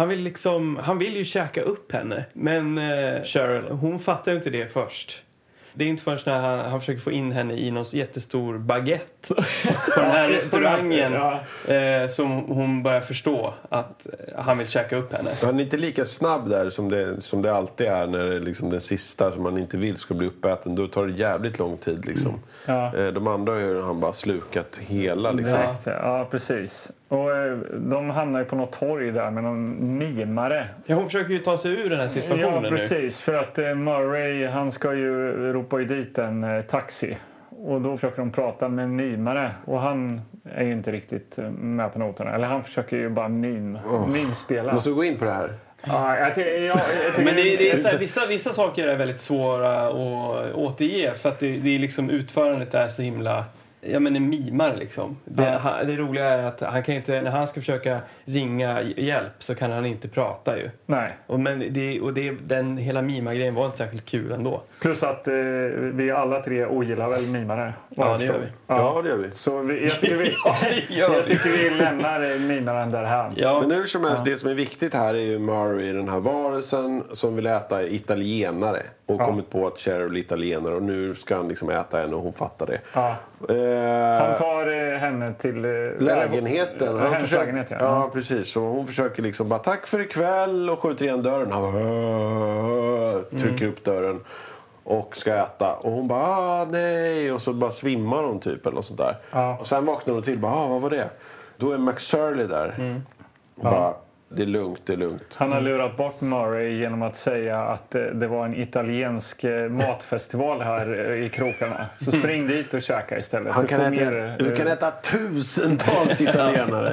Han vill ju käka upp henne. Men Cheryl, hon fattar ju inte det först. det är inte förrän när han försöker få in henne i någon jättestor baguette på den här restaurangen som hon börjar förstå att han vill käka upp henne. Han är inte lika snabb där som det alltid är när det är liksom den sista som man inte vill ska bli uppäten. Då tar det jävligt lång tid liksom. De andra har ju han bara slukat hela liksom. Ja, precis. Och de hamnar ju på något torg där med någon mimare. Ja, hon försöker ju ta sig ur den här situationen nu. Ja, precis. För att Murray, han ska ju ropa dit en taxi. Och då försöker de prata med en mimare. Och han är ju inte riktigt med på noterna. Eller han försöker ju bara mimspela. Måste du gå in på det här? Ja, jag tycker men det är så här, vissa saker är väldigt svåra att återge. För att det är liksom utförandet är så himla... Ja, men en mimar liksom. Det roliga är att han kan inte, när han ska försöka ringa hjälp så kan han inte prata ju. Nej. Den hela mima-grejen var inte särskilt kul ändå. Plus att vi alla tre ogillar väl mimare. Ja, det gör vi. Ja, det gör vi. Så jag tycker vi lämnar mimaren där här. Ja. Men hur som helst, det som är viktigt här är ju Murray, den här varelsen som vill äta italienare. Och kommit på att Cheryl är italienare och nu ska han liksom äta henne och hon fattar det. Ja. Han tar henne till lägenheten. Hennes lägenhet, ja, precis. Så hon försöker liksom bara tack för ikväll och skjuter igen dörren. Han trycker upp dörren och ska äta. Och hon bara nej. Och så bara svimmar hon typ eller något sånt där. Ja. Och sen vaknar hon till bara vad var det? Då är McSurley där. Och bara det är lugnt. Han har lurat bort Murray genom att säga att det var en italiensk matfestival här i krokarna. Så spring dit och käka istället. Du kan äta tusentals italienare.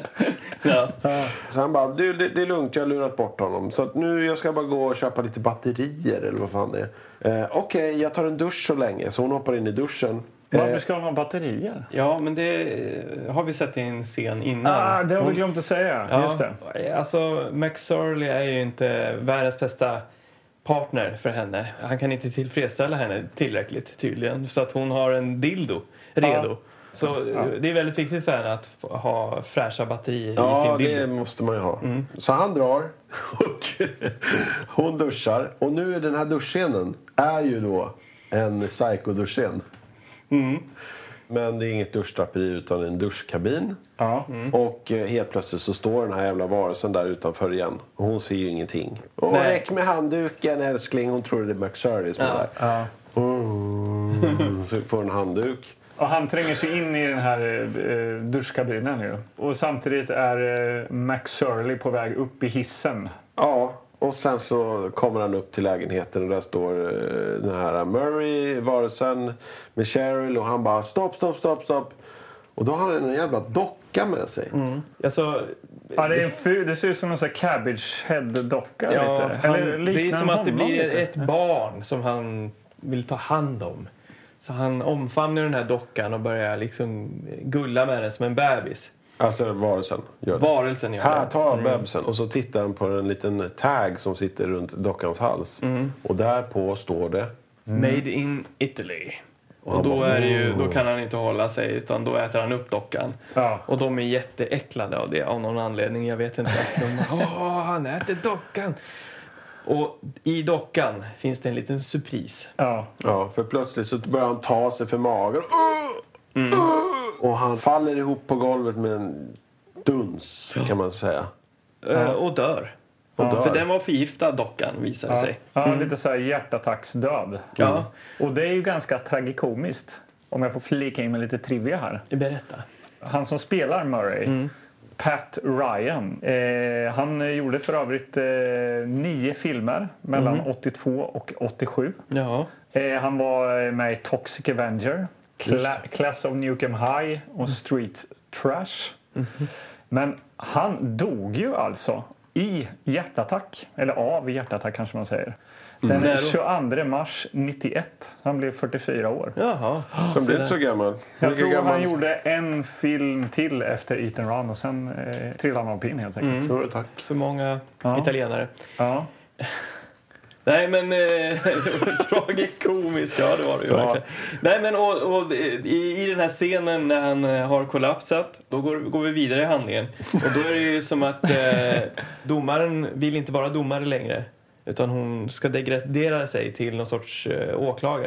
Så han bara, det är lugnt, jag har lurat bort honom. Så att nu jag ska bara gå och köpa lite batterier eller vad fan det är. Okej, jag tar en dusch så länge. Så hon hoppar in i duschen. Varför ska hon ha batterier? Ja, men det har vi sett i en scen innan. Det har vi glömt att säga. Ja, just det. Alltså, McSurley är ju inte världens bästa partner för henne. Han kan inte tillfredsställa henne tillräckligt tydligen. Så att hon har en dildo redo. Ja. Så det är väldigt viktigt för henne att ha fräscha batterier i sin dildo. Ja, det måste man ju ha. Så han drar och hon duschar. Och nu är den här duschscenen är ju då en psycho-duschscen. Men det är inget duschdraperi utan en duschkabin. Och helt plötsligt så står den här jävla varelsen där utanför igen. Och hon ser ju ingenting. Räck med handduken älskling. Hon tror det är McSurley som är där. Så får en handduk. Och han tränger sig in i den här duschkabinen ju. Och samtidigt är McSurley på väg upp i hissen. Ja. Och sen så kommer han upp till lägenheten och där står den här Murray, varelsen med Cheryl och han bara stopp. Och då har han en jävla docka med sig. Alltså, det ser ut som en sån här Cabbage Head-docka lite. Det är som att det blir ett barn som han vill ta hand om. Så han omfamnar den här dockan och börjar liksom gulla med den som en bebis. Alltså varelsen gör det. Varelsen gör det. Här tar bebisen och så tittar de på en liten tag som sitter runt dockans hals. Och där på står det Made in Italy. Och då är det ju, då kan han inte hålla sig utan då äter han upp dockan. Ja. Och de är jätteäcklade av det av någon anledning, jag vet inte. Han äter dockan. Och i dockan finns det en liten surpris. Ja, för plötsligt så börjar han ta sig för magen. Och han faller ihop på golvet med en duns, kan man säga. Och dör. För den var förgiftad, dockan, visade sig. Ja, lite så här hjärtattacksdöd. Ja. Och det är ju ganska tragikomiskt. Om jag får flika in med lite trivia här. Berätta. Han som spelar Murray, Pat Ryan. Han gjorde för övrigt 9 filmer mellan 82 och 87. Ja. Han var med i Toxic Avenger, Class of Nukem High och Street Trash. Men han dog ju alltså i hjärtattack. Eller av hjärtattack kanske man säger. Den 22 mars 91. Han blev 44 år. Jaha. Så han blev inte så gammal. Jag tror han gjorde en film till efter Eat and Run och sen trillade han av pinn helt enkelt. Så, tack för många italienare. Ja. Nej, men tragikomiskt, ja det var det ju verkligen. Nej, men och i den här scenen när han har kollapsat, då går vi vidare i handlingen. Och då är det ju som att domaren vill inte vara domare längre. Utan hon ska degradera sig till någon sorts åklagare.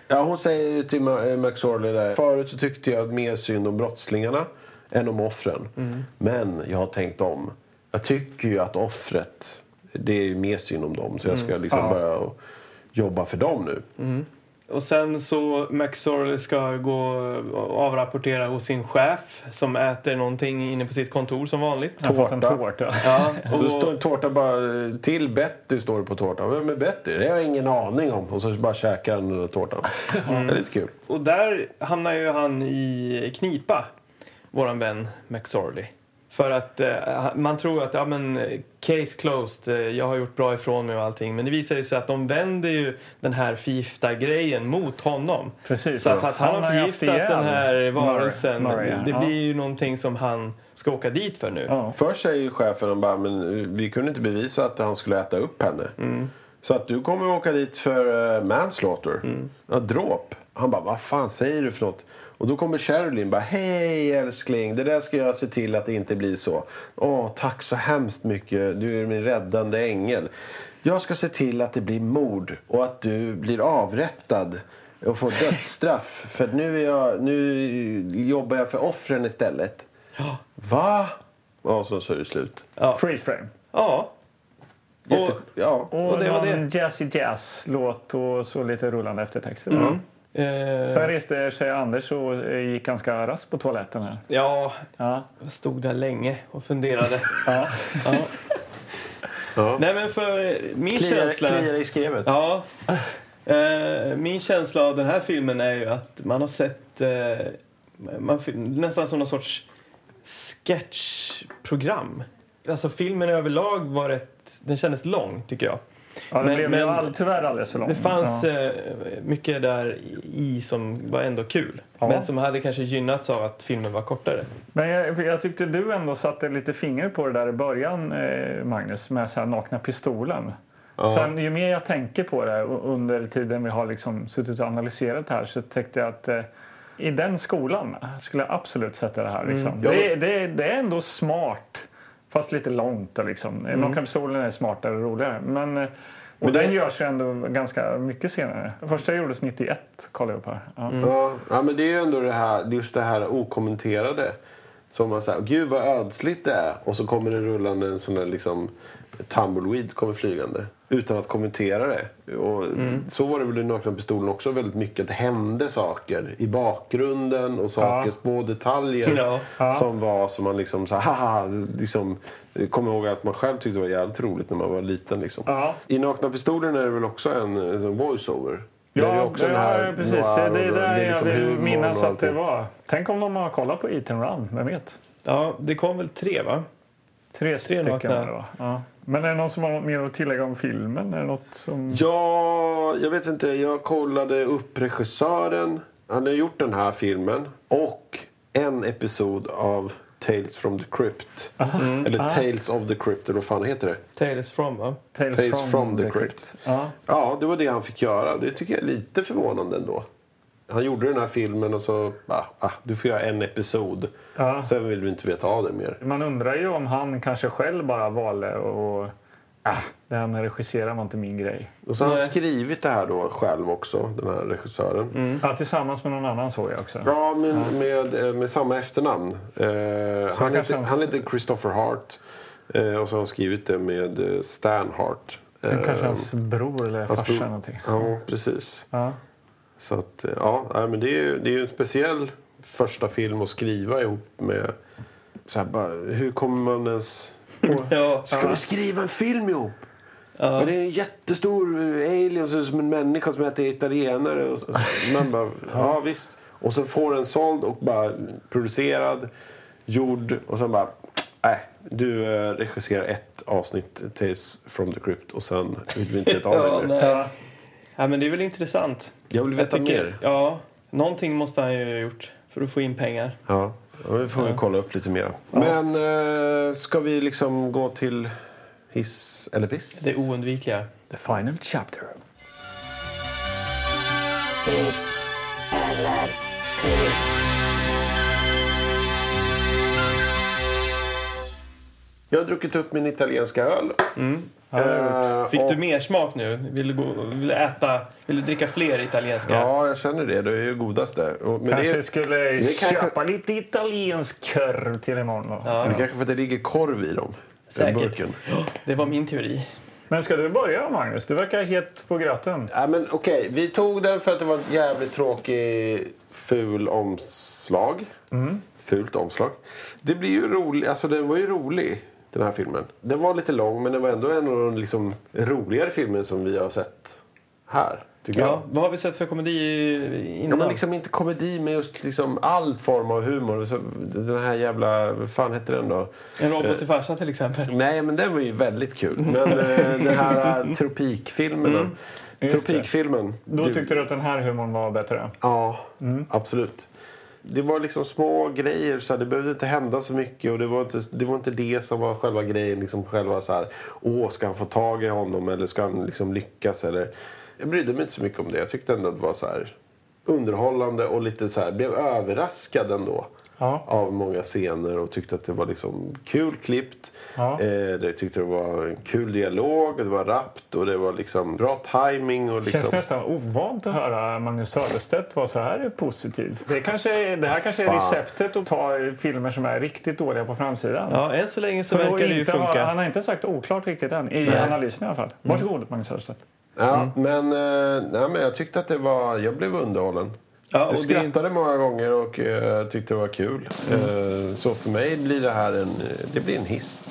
Ja, hon säger ju till McSorley där. Förut så tyckte jag mer synd om brottslingarna än om offren. Men jag har tänkt om. Jag tycker ju att offret, det är ju mer synd om dem. Så jag ska liksom börja jobba för dem nu. Och sen så McSorley ska gå och avrapportera hos sin chef som äter någonting inne på sitt kontor som vanligt. Han har fått en tårta. Ja, och då står en tårta bara till Betty, står det på tårtan. Vem är Betty? Det har jag ingen aning om. Och så bara käkar han tårtan. Det är lite kul. Och där hamnar ju han i knipa, våran vän McSorley. För att man tror att case closed, jag har gjort bra ifrån mig och allting. Men det visar ju sig att de vänder ju den här förgifta-grejen mot honom. Precis. Så att han har förgiftat den här varelsen. Det blir ju någonting som han ska åka dit för nu. Ja. Först säger ju chefen bara, men vi kunde inte bevisa att han skulle äta upp henne. Så att du kommer åka dit för manslaughter. Dråp. Han bara, vad fan säger du för något? Och då kommer Sherilyn bara, hej älskling, det där ska jag se till att det inte blir så. Tack så hemskt mycket, du är min räddande ängel. Jag ska se till att det blir mord och att du blir avrättad och får dödsstraff. För nu jobbar jag för offren istället. Va? Så är det slut. Freeze frame. Ja. Och det var det. Jazzy jazz-låt och så lite rullande eftertexter. Sen reste sig Anders och gick ganska raskt på toaletten här. Ja. Jag stod där länge och funderade. Nej, men för min känsla... Kliar i skrevet. Ja. Min känsla av den här filmen är ju att man har sett... nästan som någon sorts sketchprogram. Alltså filmen överlag den kändes lång, tycker jag. Ja, det blev tyvärr alldeles för långt. Det fanns mycket där i som var ändå kul. Men som hade kanske gynnats av att filmen var kortare. Men jag tyckte du ändå satte lite finger på det där i början, Magnus, med så här nakna pistolen. Sen ju mer jag tänker på det under tiden vi har liksom suttit och analyserat det här, så tänkte jag att i den skolan skulle jag absolut sätta det här. Liksom. Det är ändå smart. Fast lite långt liksom. Nakna pistolen är smartare och roligare. Men den görs ju ändå ganska mycket senare. Första gjordes 91, kollar jag upp här. Ja, men det är ju ändå just det här okommenterade. Som man säger, gud vad ödsligt det är. Och så kommer det rullande en sån där liksom tumbleweed kommer flygande. Utan att kommentera det. Och så var det väl i Nakna pistolen också väldigt mycket. Att det hände saker i bakgrunden och saker, små detaljer som var som man liksom så här, liksom, kommer ihåg att man själv tyckte det var jävligt roligt när man var liten liksom. I Nakna pistolen är det väl också en voiceover. Precis. Det är där jag vill minnas att det var. Tänk om de har kollat på Eat and Run, vem vet? Ja, det kom väl 3, va? 3 stycken då. Ja. Men är det någon som har något mer att tillägga om filmen? Är det något som... Ja, jag vet inte. Jag kollade upp regissören. Han har gjort den här filmen. Och en episod av Tales from the Crypt. Eller Tales of the Crypt, eller vad fan heter det? Tales from, va? Tales from the Crypt. Ja, det var det han fick göra. Det tycker jag är lite förvånande ändå. Han gjorde den här filmen och så du får göra en episod. Sen vill vi inte veta av det mer. Man undrar ju om han kanske själv bara valde och det här med regissera var inte min grej. Och så har han skrivit det här då själv också, den här regissören. Ja, tillsammans med någon annan såg jag också. Ja, med samma efternamn. Han heter Christopher Hart. Och så har han skrivit det med Stan Hart. Kanske hans bror eller farsa någonting. Ja, precis. Så att, men det är ju en speciell första film att skriva ihop med. Så här, bara, hur kommer man ens... Ska vi skriva en film ihop? Det är en jättestor alien som en människa som heter italienare. Och man bara, visst. Och så får den såld och bara producerad, gjord. Och sen bara, du regisserar ett avsnitt Tales from the Crypt. Och sen vill vi inte veta av det. Ja, men det är väl intressant. Jag vill veta mer. Ja, någonting måste han ju ha gjort för att få in pengar. Ja, vi får kolla upp lite mer. Men ska vi liksom gå till hiss eller piss? Det oundvikliga. The final chapter. Hiss eller piss. Jag har druckit upp min italienska öl. Fick du mer smak nu? Vill du dricka fler italienska? Ja, jag känner det. Det är ju godaste. Men kanske skulle köpa lite italiensk korv till imorgon då. Ja. Det kanske för att det ligger korv i dem. Säkert. Burken. Det var min teori. Men ska du börja, Magnus? Du verkar het på gröten. Ja, men okej. Vi tog den för att det var ett jävligt tråkigt ful omslag. Fult omslag. Det blir ju roligt. Alltså den var ju rolig, den här filmen. Den var lite lång, men det var ändå en av de liksom roligare filmer som vi har sett här. Ja, vad har vi sett för komedi innan? Ja, men liksom inte komedi, men just liksom all form av humor. Så den här jävla, vad fan heter den då? En robot i farsa till exempel. Nej, men den var ju väldigt kul. Men den här tropikfilmen. Tropikfilmen. Då tyckte du att den här humorn var bättre? Ja, absolut. Det var liksom små grejer, så här, det behövde inte hända så mycket. Och det var inte det som var själva grejen. Liksom själva så här, ska han få tag i honom eller ska han liksom lyckas eller... Jag brydde mig inte så mycket om det. Jag tyckte ändå att det var så här underhållande och lite så här, blev överraskad ändå av många scener och tyckte att det var liksom kul klippt. Jag tyckte det var en kul dialog, det var rappt och det var liksom bra timing och liksom... Känns nästan ovant att höra Magnus Söderstedt vara så här positiv. Det här kanske är receptet att ta filmer som är riktigt dåliga på framsidan. Ja, än så länge så verkar det ju funka. Han har inte sagt oklart riktigt än i analysen i alla fall. Varsågod, Magnus Söderstedt. Ja, men jag tyckte att det var... Jag blev underhållen. Ja, jag skrattade många gånger och tyckte det var kul. Så för mig blir det här en hiss.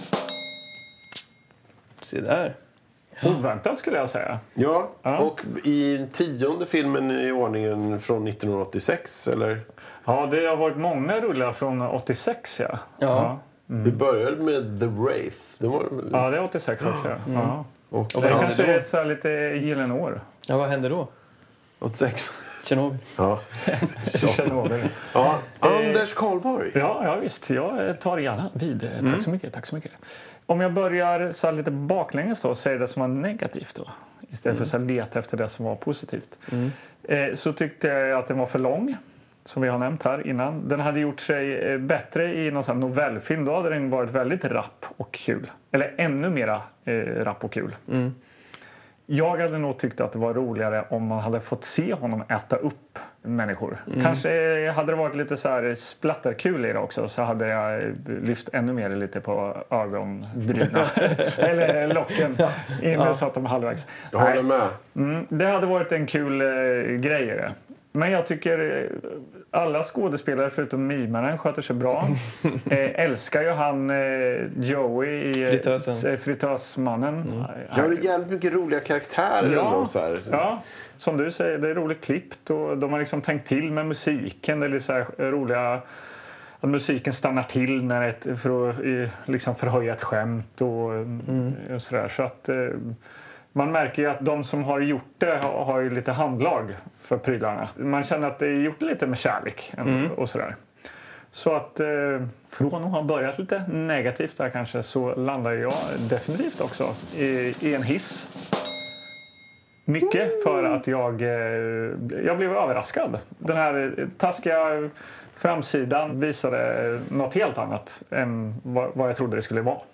Se där. Oväntat skulle jag säga. Ja, och i 10:e filmen i ordningen från 1986, eller? Ja, det har varit många rullar från 86, ja. Vi började med The Wraith. Ja, det är 86 också. Ja. Och det kanske är ett så här lite gyllene år. Ja, vad hände då? 86. Tjernobyl. Ja. Tjernobyl. Ja. Anders Karlborg. Ja, visst. Jag tar gärna vid. Tack så mycket. Om jag börjar så här lite baklänges då och säger det som var negativt då. Istället för att så leta efter det som var positivt. Så tyckte jag att den var för lång. Som vi har nämnt här innan. Den hade gjort sig bättre i någon sån här novellfilm. Då hade den varit väldigt rapp och kul. Eller ännu mera rapp och kul. Jag hade nog tyckt att det var roligare om man hade fått se honom äta upp människor. Kanske hade det varit lite så här splatterkul i det också. Så hade jag lyft ännu mer lite på ögonbryna. Eller locken. Innan så att de halvvägs. Jag håller med. Det hade varit en kul grej i det. Men jag tycker alla skådespelare förutom mimaren sköter sig bra. Älskar ju han Joey i Fritösmannen. Ja, det är jävligt mycket roliga karaktärer. Ja, så här. ja, som du säger, det är roligt klippt. Och de har liksom tänkt till med musiken. Det är lite så här roliga... Att musiken stannar till för att liksom förhöja ett skämt och sådär. Så att... Man märker ju att de som har gjort det har ju lite handlag för prylarna. Man känner att det är gjort lite med kärlek och sådär. Så att från att ha börjat lite negativt där kanske så landar jag definitivt också i en hiss. Mycket för att jag blev överraskad. Den här taskiga framsidan visade något helt annat än vad jag trodde det skulle vara.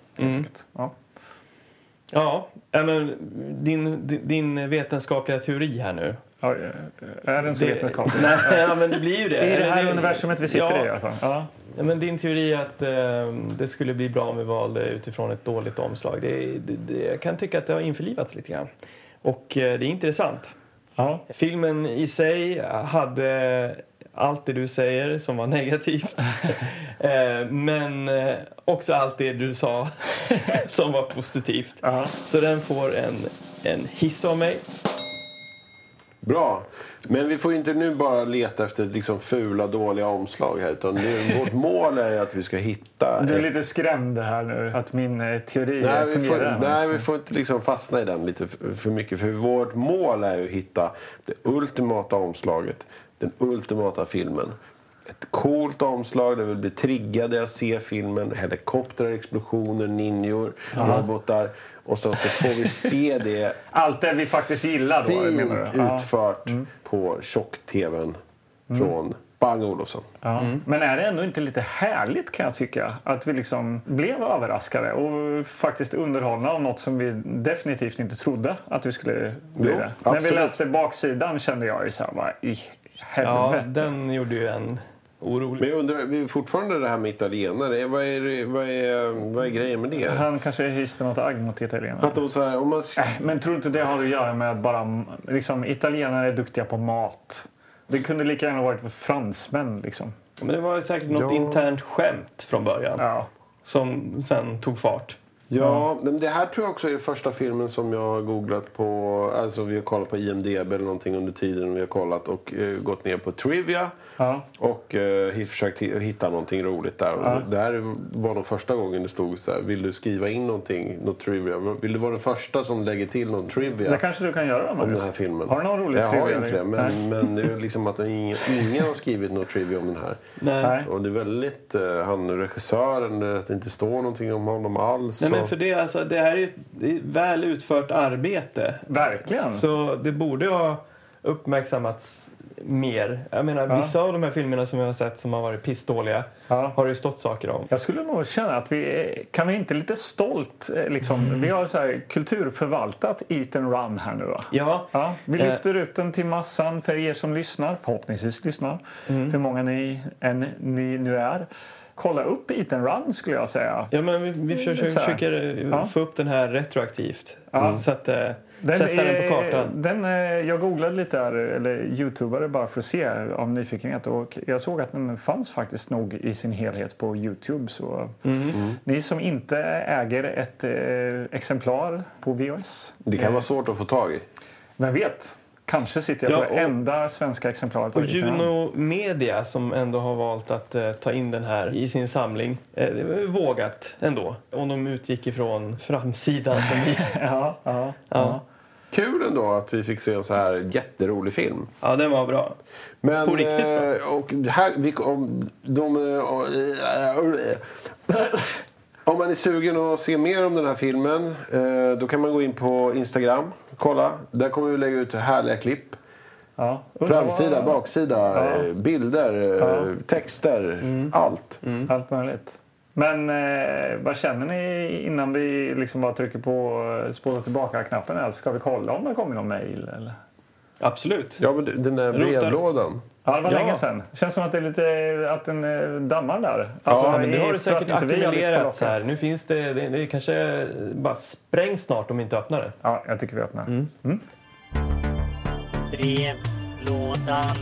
Ja, men din vetenskapliga teori här nu. Ja, är den så vetenskaplig? Nej, men det blir ju det. I det här universumet vi sitter i alla fall. Ja, men din teori att det skulle bli bra om vi valde utifrån ett dåligt omslag. Jag kan tycka att det har införlivats lite grann. Och det är intressant. Ja. Filmen i sig hade allt det du säger som var negativt. Men också allt det du sa som var positivt. Så den får en hiss av mig. Bra. Men vi får ju inte nu bara leta efter liksom fula, dåliga omslag här. Utan vårt mål är att vi ska hitta... Du är lite skrämd här nu, att min teori fungerar. Nej, vi får inte liksom fastna i den lite för mycket. För vårt mål är ju att hitta det ultimata omslaget. Den ultimata filmen. Ett coolt omslag där vi blir triggade att se filmen. Helikoptrar, explosioner, ninjor, robotar. Och så får vi se det. Allt det vi faktiskt gillar då, fint utfört på tjock-tvn från Bang Olufsen. Ja. Men är det ändå inte lite härligt kan jag tycka att vi liksom blev överraskade och faktiskt underhållna av något som vi definitivt inte trodde att vi skulle bli det. När vi läste baksidan kände jag ju så här, vad i helvete. Ja, den gjorde ju en orolig. Men jag undrar, fortfarande det här med italienare, vad är grejen med det? Han kanske hyste något agg mot italienare. Att de så här, om man... Men tror inte det har att göra med bara liksom, italienare är duktiga på mat. Det kunde lika gärna varit fransmän liksom. Men det var säkert något internt skämt från början. Ja. Som sen tog fart. Ja, men det här tror jag också är första filmen som jag har googlat på. Alltså vi har kollat på IMDb eller någonting under tiden vi har kollat och gått ner på Trivia. Ja. Och försökt hitta någonting roligt där. Ja. Och det här var nog första gången det stod så här, vill du skriva in någonting, något trivia? Vill du vara den första som lägger till någon trivia? Det kanske du kan göra om den här filmen. Har du någon rolig trivia? Jag har inte det, men det är liksom att ingen har skrivit något trivia om den här. Nej. Och det är väldigt, han regissören, att det inte står någonting om honom alls. Nej, men för det, alltså, det här är ett väl utfört arbete. Verkligen. Så det borde ha uppmärksammats mer. Jag menar, vissa av de här filmerna som jag har sett som har varit pissdåliga har det ju stått saker om. Jag skulle nog känna att kan vi inte lite stolt liksom, vi har så här kulturförvaltat Eat and Run här nu va? Ja. Vi lyfter ut den till massan för er som lyssnar, förhoppningsvis lyssnar. Hur många ni nu är. Kolla upp Eat and Run skulle jag säga. Ja, men vi försöker få upp den här retroaktivt. Så att sätta den på kartan. Jag googlade lite här, eller youtubade bara för att se av nyfikenhet. Och jag såg att den fanns faktiskt nog i sin helhet på YouTube. Så ni som inte äger ett exemplar på VHS. Det kan vara svårt att få tag i. Vem vet? Kanske sitter jag på det enda svenska exemplaret. Och Juno Media som ändå har valt att ta in den här i sin samling. Det var vågat ändå. Om de utgick ifrån framsidan. Som vi... ja. Kul ändå att vi fick se en så här jätterolig film. Ja, den var bra. Men, på riktigt bra. Och här, om man är sugen att se mer om den här filmen, då kan man gå in på Instagram. Kolla, där kommer vi lägga ut härliga klipp. Ja. Framsida, baksida, bilder, texter, allt. Allt möjligt. Men vad känner ni innan vi liksom bara trycker på spola tillbaka-knappen? Eller ska vi kolla om det kommer någon mejl? Eller? Absolut. Ja, men den där brevlådan. Ja, det var länge sedan. Känns som att det är lite att den dammar där. Alltså, men det har det säkert ackumulerats här. Nu finns det kanske bara sprängs snart om vi inte öppnar det. Ja, jag tycker vi öppnar. Brevlådan.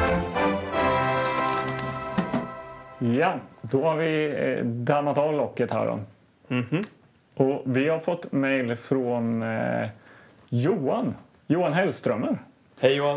Ja, då har vi dammat av locket här då. Och vi har fått mejl från Johan Hellströmer. Hej Johan.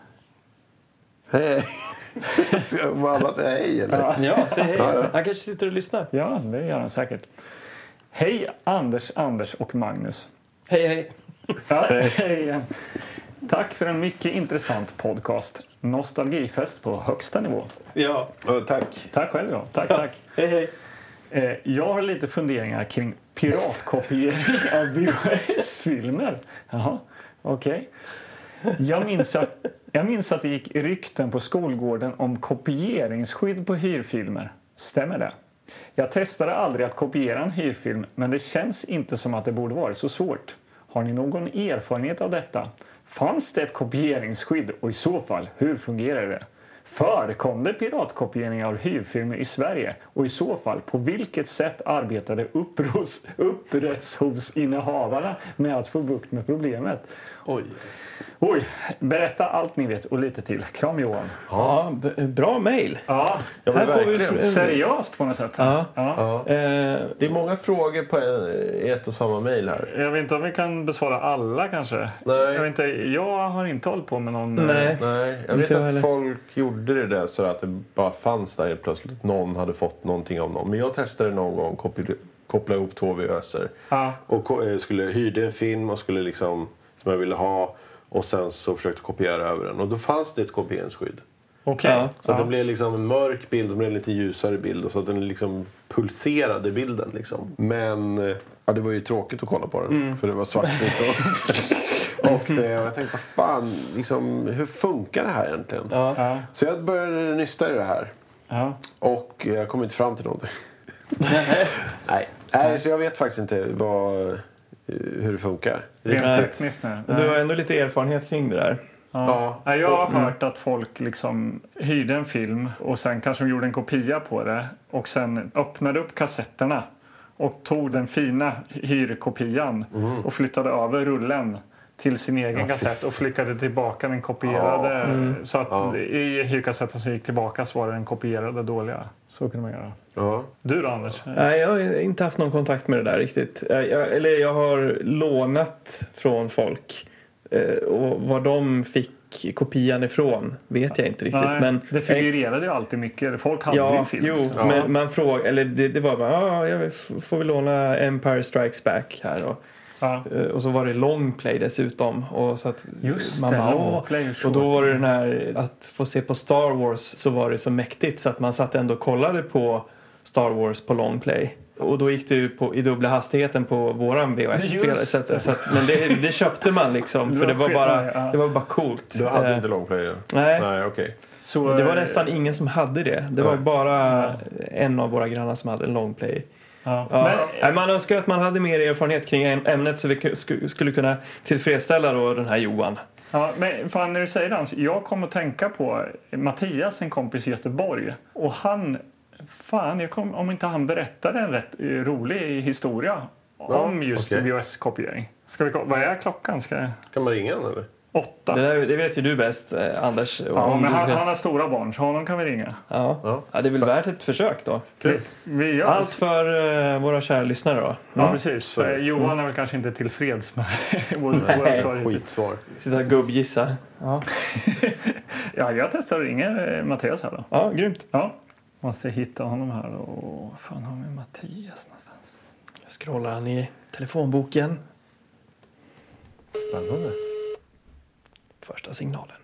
Hej. Ska alla säga hej eller? Ja, säg hej. Han kanske sitter och lyssnar. Ja, det gör han säkert. Hej Anders och Magnus. Hej. Hej. Tack för en mycket intressant podcast. Nostalgifest på högsta nivå. Ja, tack. Tack själv då. Tack. Hej. Jag har lite funderingar kring piratkopiering av VHS-filmer. Jaha, okej. Jag minns att det gick rykten på skolgården om kopieringsskydd på hyrfilmer. Stämmer det? Jag testade aldrig att kopiera en hyrfilm, men det känns inte som att det borde vara så svårt. Har ni någon erfarenhet av detta? Fanns det ett kopieringsskydd och i så fall, hur fungerar det? Förekom det piratkopiering av hyrfilmer i Sverige? Och i så fall, på vilket sätt arbetade upprättshovsinnehavarna med att få bukt med problemet? Oj, berätta allt ni vet och lite till. Kram Johan. Ja, bra mejl. Ja, här får vi seriöst på något sätt. Ja. Det är många frågor på ett och samma mejl här. Jag vet inte om vi kan besvara alla kanske. Nej. Jag har inte hållit på med någon... Nej. Jag vet att folk gjorde det där så att det bara fanns där plötsligt. Någon hade fått någonting av någon. Men jag testade någon gång koppla ihop 2 VHS:er. Och hyrde en film och skulle liksom, som jag ville ha. Och sen så försökte kopiera över den. Och då fanns det ett kopieringsskydd. Okej. Så att det blev liksom en mörk bild. Det blev en lite ljusare bild. Och så att den liksom pulserade bilden liksom. Men det var ju tråkigt att kolla på den. För det var svartvitt. Och och jag tänkte, vad fan, liksom, hur funkar det här egentligen? Ja. Så jag började nysta i det här. Ja. Och jag kom inte fram till någonting. Nej, så jag vet faktiskt inte hur det funkar. Rent tekniskt. Men du har ändå lite erfarenhet kring det där. Ja. Jag har hört att folk liksom hyrde en film och sen kanske de gjorde en kopia på det och sen öppnade upp kassetterna och tog den fina hyrkopian och flyttade över rullen till sin egen kassett och flyttade tillbaka den kopierade. Så att i hyrkassetten som gick tillbaka så var det den kopierade dåliga. Så kunde man göra. Ja. Du då, Anders? Nej, jag har inte haft någon kontakt med det där riktigt. Jag har lånat från folk. Och var de fick kopian ifrån vet jag inte riktigt. Nej, men det figurerade ju alltid mycket. Folk hade ju film. Jo, men man frågade, eller det var bara, jag får vi låna Empire Strikes Back här då. Och så var det long play dessutom och så att och då var det den här att få se på Star Wars, så var det så mäktigt så att man satt ändå och kollade på Star Wars på long play. Och då gick det ju i dubbla hastigheten på våran VHS-spelare. Men det köpte man liksom. För det var bara coolt. Du hade inte longplay? Nej, okej. Så det var nästan ingen som hade det. Det var bara en av våra grannar som hade en longplay. Men man önskar att man hade mer erfarenhet kring ämnet så vi skulle kunna tillfredsställa då den här Johan. Ja, men fan, när du säger det, jag kom att tänka på Mattias, en kompis i Göteborg. Och han... om inte han berättade en rätt rolig historia om just VHS-kopiering. Vad är klockan? Kan man ringa eller? 8. Det vet ju du bäst, Anders. Ja, men han har stora barn, så honom kan vi ringa. Ja, det är väl värt ett försök då. Vi gör allt för våra kära lyssnare då. Ja, precis. Johan är väl kanske inte tillfreds med våra svar. Skitsvar. Sitta och gubbgissa. Ja, jag testar att ringa Mattias här då. Ja, grymt. Ja. Måste hitta honom här då. Fan, har vi Mattias någonstans? Jag scrollar han i telefonboken. Spännande. Första signalen.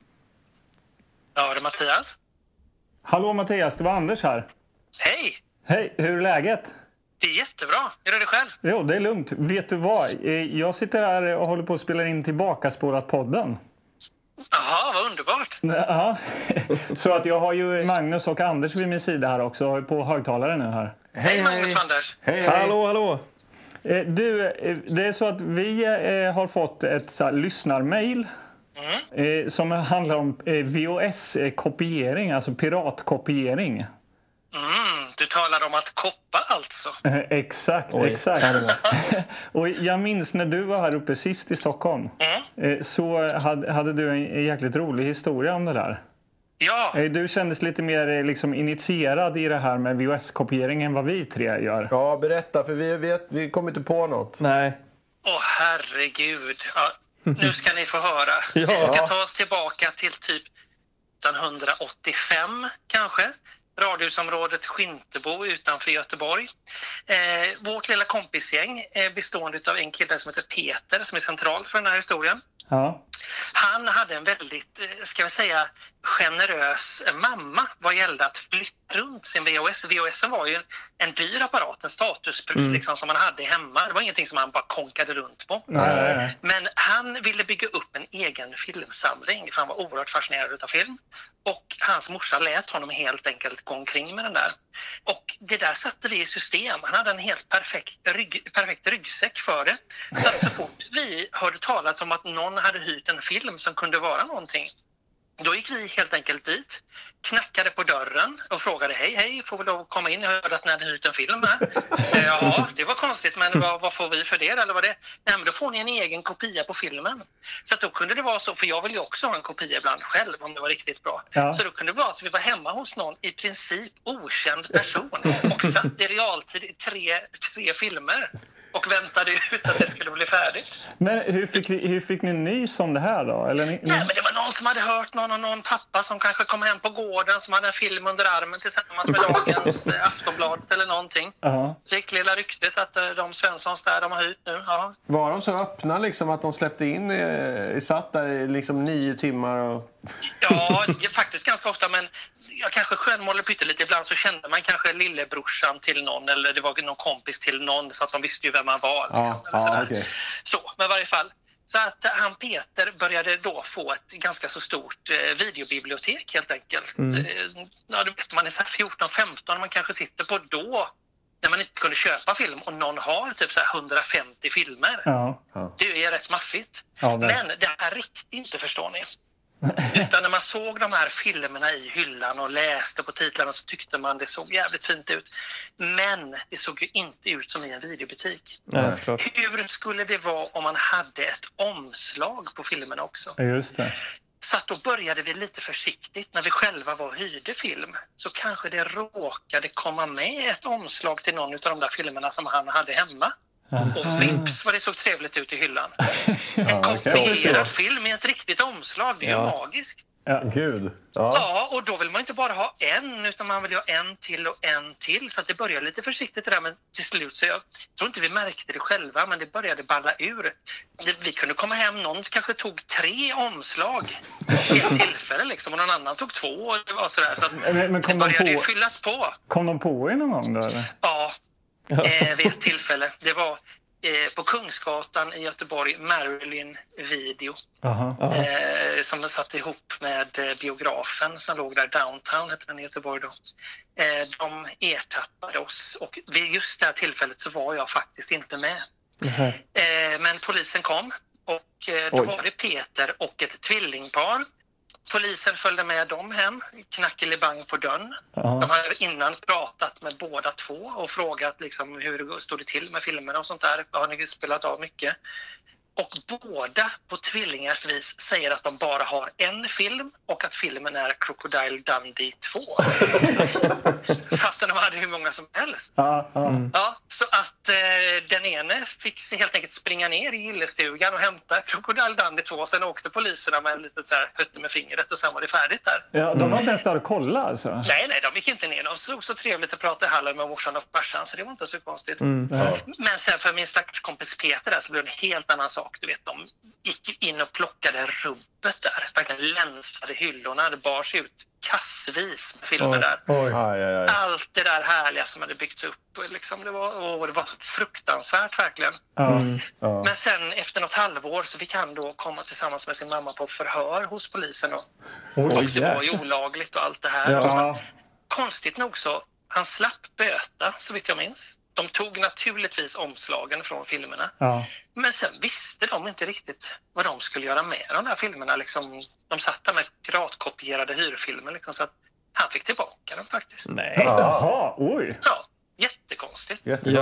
Ja, är det Mattias? Hallå Mattias, det var Anders här. Hej! Hej, hur är läget? Det är jättebra. Är det själv? Jo, det är lugnt. Vet du vad? Jag sitter här och håller på att spela in Tillbaka spolat podden. Jaha, vad underbart. Ja, så att jag har ju Magnus och Anders vid min sida här också på högtalare nu här. Hej Magnus och Anders. Hej. Hallå. Du, det är så att vi har fått ett lyssnarmail som handlar om VHS-kopiering, alltså piratkopiering. Du talar om att koppa alltså. Exakt. Och jag minns när du var här uppe sist i Stockholm så hade du en jäkligt rolig historia om det där. Ja. Du kändes lite mer liksom initierad i det här med VHS-kopiering än vad vi tre gör. Ja, berätta, för vi kommer inte på något. Nej. Herregud. Ja, nu ska ni få höra. Vi ska ta oss tillbaka till typ 1985 kanske. Radhusområdet Skintebo utanför Göteborg. Vårt lilla kompisgäng är bestående av en kille som heter Peter som är central för den här historien. Ja. Han hade en väldigt, ska vi säga, generös mamma vad gällde att flytta runt sin VHS. VHS var ju en dyr apparat, en statuspryl liksom, som man hade hemma. Det var ingenting som han bara konkade runt på. Nej. Men han ville bygga upp en egen filmsamling för han var oerhört fascinerad av film. Och hans morsa lät honom helt enkelt gå omkring med den där. Och det där satte vi i system. Han hade en helt perfekt ryggsäck för det. Så fort vi hörde talas om att någon hade hyrt en film som kunde vara någonting, då gick vi helt enkelt dit, knackade på dörren och frågade hej, får vi lov komma in? Jag hörde att ni hade hyrt en film här. Ja, det var konstigt, men vad får vi för det? Eller vad det? Nej, men då får ni en egen kopia på filmen. Så att då kunde det vara så, för jag vill ju också ha en kopia ibland själv om det var riktigt bra. Ja. Så då kunde det vara att vi var hemma hos någon i princip okänd person och satt i realtid i tre filmer och väntade ut att det skulle bli färdigt. Men hur fick ni nys om det här då? Eller Nej, men det var någon som hade hört någon pappa som kanske kom hem på gården som hade en film under armen tillsammans med dagens Aftonbladet eller någonting. Fick lilla ryktet att de Svenssons där, de har hyrt nu. Ja. Var de så öppna liksom att de släppte in, satt där liksom 9 timmar? Och... Ja, faktiskt ganska ofta, men jag kanske skönmålade pyttelite. Ibland så kände man kanske lillebrorsan till någon eller det var någon kompis till någon så att de visste ju vem man var. Liksom, okay. Så, men i varje fall. Så att han Peter började då få ett ganska så stort videobibliotek helt enkelt. Ja, man är så 14-15, man kanske sitter på då när man inte kunde köpa film och någon har typ så här 150 filmer. Ja. Det är rätt maffigt. Ja, men det här räckte inte, förstår ni. Utan när man såg de här filmerna i hyllan och läste på titlarna så tyckte man det såg jävligt fint ut. Men det såg ju inte ut som i en videobutik. Hur skulle det vara om man hade ett omslag på filmerna också? Just det. Så att då började vi lite försiktigt när vi själva var hyrde film. Så kanske det råkade komma med ett omslag till någon av de där filmerna som han hade hemma. Och vips vad det såg trevligt ut i hyllan. En kopierad film i ett riktigt omslag, det är ju magiskt. Ja, gud. Ja, och då vill man inte bara ha en, utan man vill ha en till och en till. Så att det började lite försiktigt det där, men till slut så jag tror inte vi märkte det själva, men det började balla ur. Vi kunde komma hem, någon kanske tog 3 omslag i ett tillfälle liksom, och någon annan tog 2 och det var sådär. Så att men det började fyllas på. Kom de på er någon gång då, eller? Ja. Vid ett tillfälle. Det var på Kungsgatan i Göteborg, Marilyn Video. Som satt ihop med biografen som låg där, Downtown hette den i Göteborg då. De ertappade oss och vid just det här tillfället så var jag faktiskt inte med. Men polisen kom och då var det Peter och ett tvillingpar. Polisen följde med dem hem, knackelibang på dörren. De hade innan pratat med båda två och frågat liksom hur det stod det till med filmerna och sånt där. Har ni spelat av mycket? Och båda på tvillingars vis säger att de bara har en film och att filmen är Crocodile Dundee 2. Fastän de hade hur många som helst. Ja, så att den ene fick helt enkelt springa ner i gillestugan och hämta Crocodile Dundee 2. Och sen åkte poliserna med en liten så här hötte med fingret och sen var det färdigt där. Ja, de var inte ens där och kolla alltså? Nej, de gick inte ner. De såg så trevligt att prata i hallen med morsan och farsan, så det var inte så konstigt. Men sen för min stackars kompis Peter där så blev det en helt annan sak. Du vet, de gick in och plockade rubbet där. Verkligen länsade hyllorna. Det bars ut kassvis med filmer där. Allt det där härliga som hade byggts upp. Liksom, det var fruktansvärt verkligen. Men sen efter något halvår så fick han då komma tillsammans med sin mamma på förhör hos polisen. Och det var ju olagligt och allt det här. Konstigt nog så han slapp böta, så vitt jag minns. De tog naturligtvis omslagen från filmerna. Men sen visste de inte riktigt vad de skulle göra med de här filmerna. Liksom, de satt där med piratkopierade hyrfilmer. Liksom, så att han fick tillbaka dem faktiskt. Nej. Jaha, oj. Ja, jättekonstigt.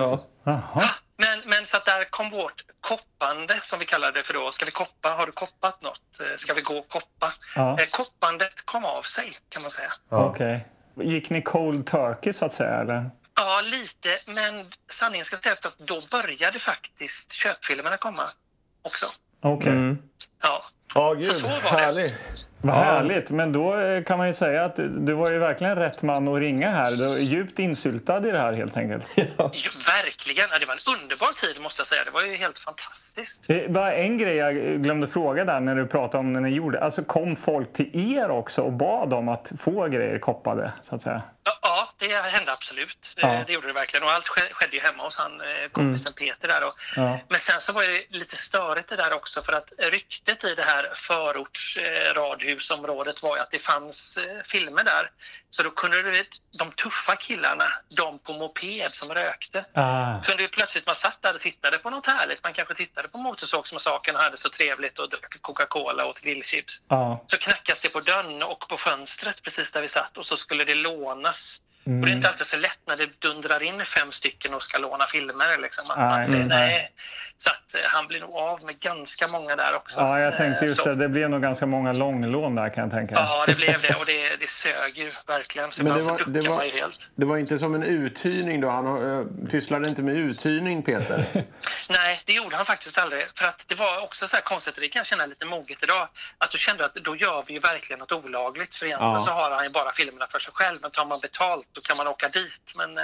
Men så att där kom vårt koppande, som vi kallar det för då. Ska vi koppa? Har du koppat något? Ska vi gå och koppa? Koppandet kom av sig, kan man säga. Okej. Gick ni cold turkey så att säga, eller? Ja, lite. Men sanningen ska säga att då började faktiskt köpfilmerna komma också. Okej. Ja. Gud, så var härligt. Vad härligt, men då kan man ju säga att du var ju verkligen rätt man att ringa här. Du är djupt insyltad i det här helt enkelt. Verkligen, det var en underbar tid måste jag säga. Det var ju helt fantastiskt. Det var en grej jag glömde fråga där när du pratade om när ni gjorde. Alltså kom folk till er också och bad om att få grejer koppade så att säga? Ja, det hände absolut. Det gjorde det verkligen. Och allt skedde ju hemma hos kompisen Peter där. Men sen så var det lite störigt det där också, för att ryktet i det här förortsradhusområdet var ju att det fanns filmer där. Så då kunde de tuffa killarna, de på moped som rökte, kunde ju plötsligt, man satt där och tittade på något härligt. Man kanske tittade på Motorsågsmassakern och hade så trevligt och drack Coca-Cola och grillchips. Så knackas det på dörren och på fönstret precis där vi satt, och så skulle det lånas. Och det är inte alltid så lätt när det dundrar in 5 stycken och ska låna filmer. Liksom. Man säger nej. Så att han blir nog av med ganska många där också. Ja, jag tänkte just det. Det blev nog ganska många långlån där, kan jag tänka. Ja, det blev det. Och det sög ju verkligen. Så men det var inte som en uthyrning då? Han pysslade inte med uthyrning, Peter? Nej, det gjorde han faktiskt aldrig. För att det var också så här konstigt, och det kan jag känna lite moget idag, att du kände att då gör vi ju verkligen något olagligt. För egentligen så har han ju bara filmerna för sig själv. Men tar man betalt, då kan man åka dit. Men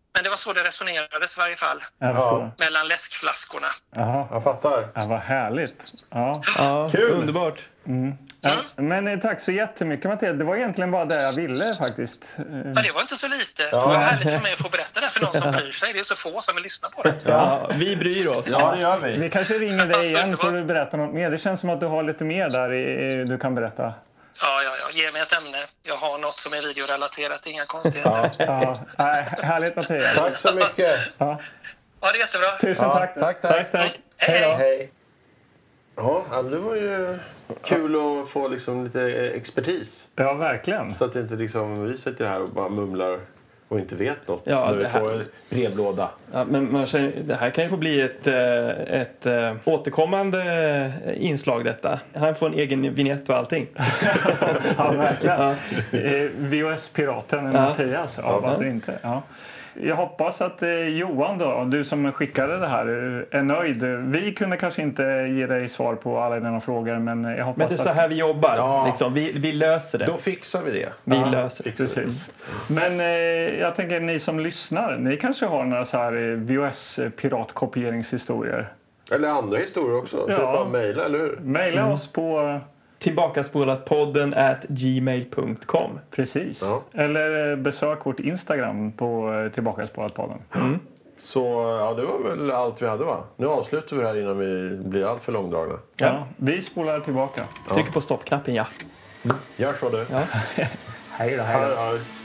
Men det var så det resonerades i varje fall. Mellan läskflaskorna. Jaha. Jag fattar. Ja, vad härligt. Ja. Kul. Underbart. Ja, men tack så jättemycket, Mattias. Det var egentligen bara det jag ville faktiskt. Ja, det var inte så lite. Det var härligt för mig att få berätta det för någon som bryr sig. Det är så få som vill lyssna på det. Ja, vi bryr oss. Ja, det gör vi. Vi kanske ringer dig igen för att berätta något mer. Det känns som att du har lite mer där du kan berätta. Ja. Ge mig ett ämne. Jag har något som är videorelaterat. Inga konstigheter. Härligt, Mattias. Tack så mycket. Ja, det är jättebra. Tusen tack. Tack. Hej. Ja, det var ju kul att få liksom lite expertis. Ja, verkligen. Så att inte liksom vi sitter här och bara mumlar och inte vet något. Ja, så vi får en brevlåda. Ja, men det här kan ju få bli ett återkommande inslag detta. Han får en egen vignett och allting. Ja, verkligen. VHS-piraten Mattias. Ja, varför inte? Ja. Jag hoppas att Johan då, du som skickade det här, är nöjd. Vi kunde kanske inte ge dig svar på alla dina frågor, men jag hoppas. Men det är så här vi jobbar. Ja. Liksom. Vi löser det. Då fixar vi det. Vi löser det. Precis. Men jag tänker, ni som lyssnar, ni kanske har några så här VHS-piratkopieringshistorier. Eller andra historier också. Så bara mejla, eller hur? Mejla oss på tillbakaspolatpodden@gmail.com. Precis. Ja. Eller besök vårt Instagram på Tillbakaspolatpodden. Så det var väl allt vi hade, va? Nu avslutar vi här innan vi blir allt för långdragna. Ja, vi spolar tillbaka. Trycker på stoppknappen, ja. Gör så du. Hej då.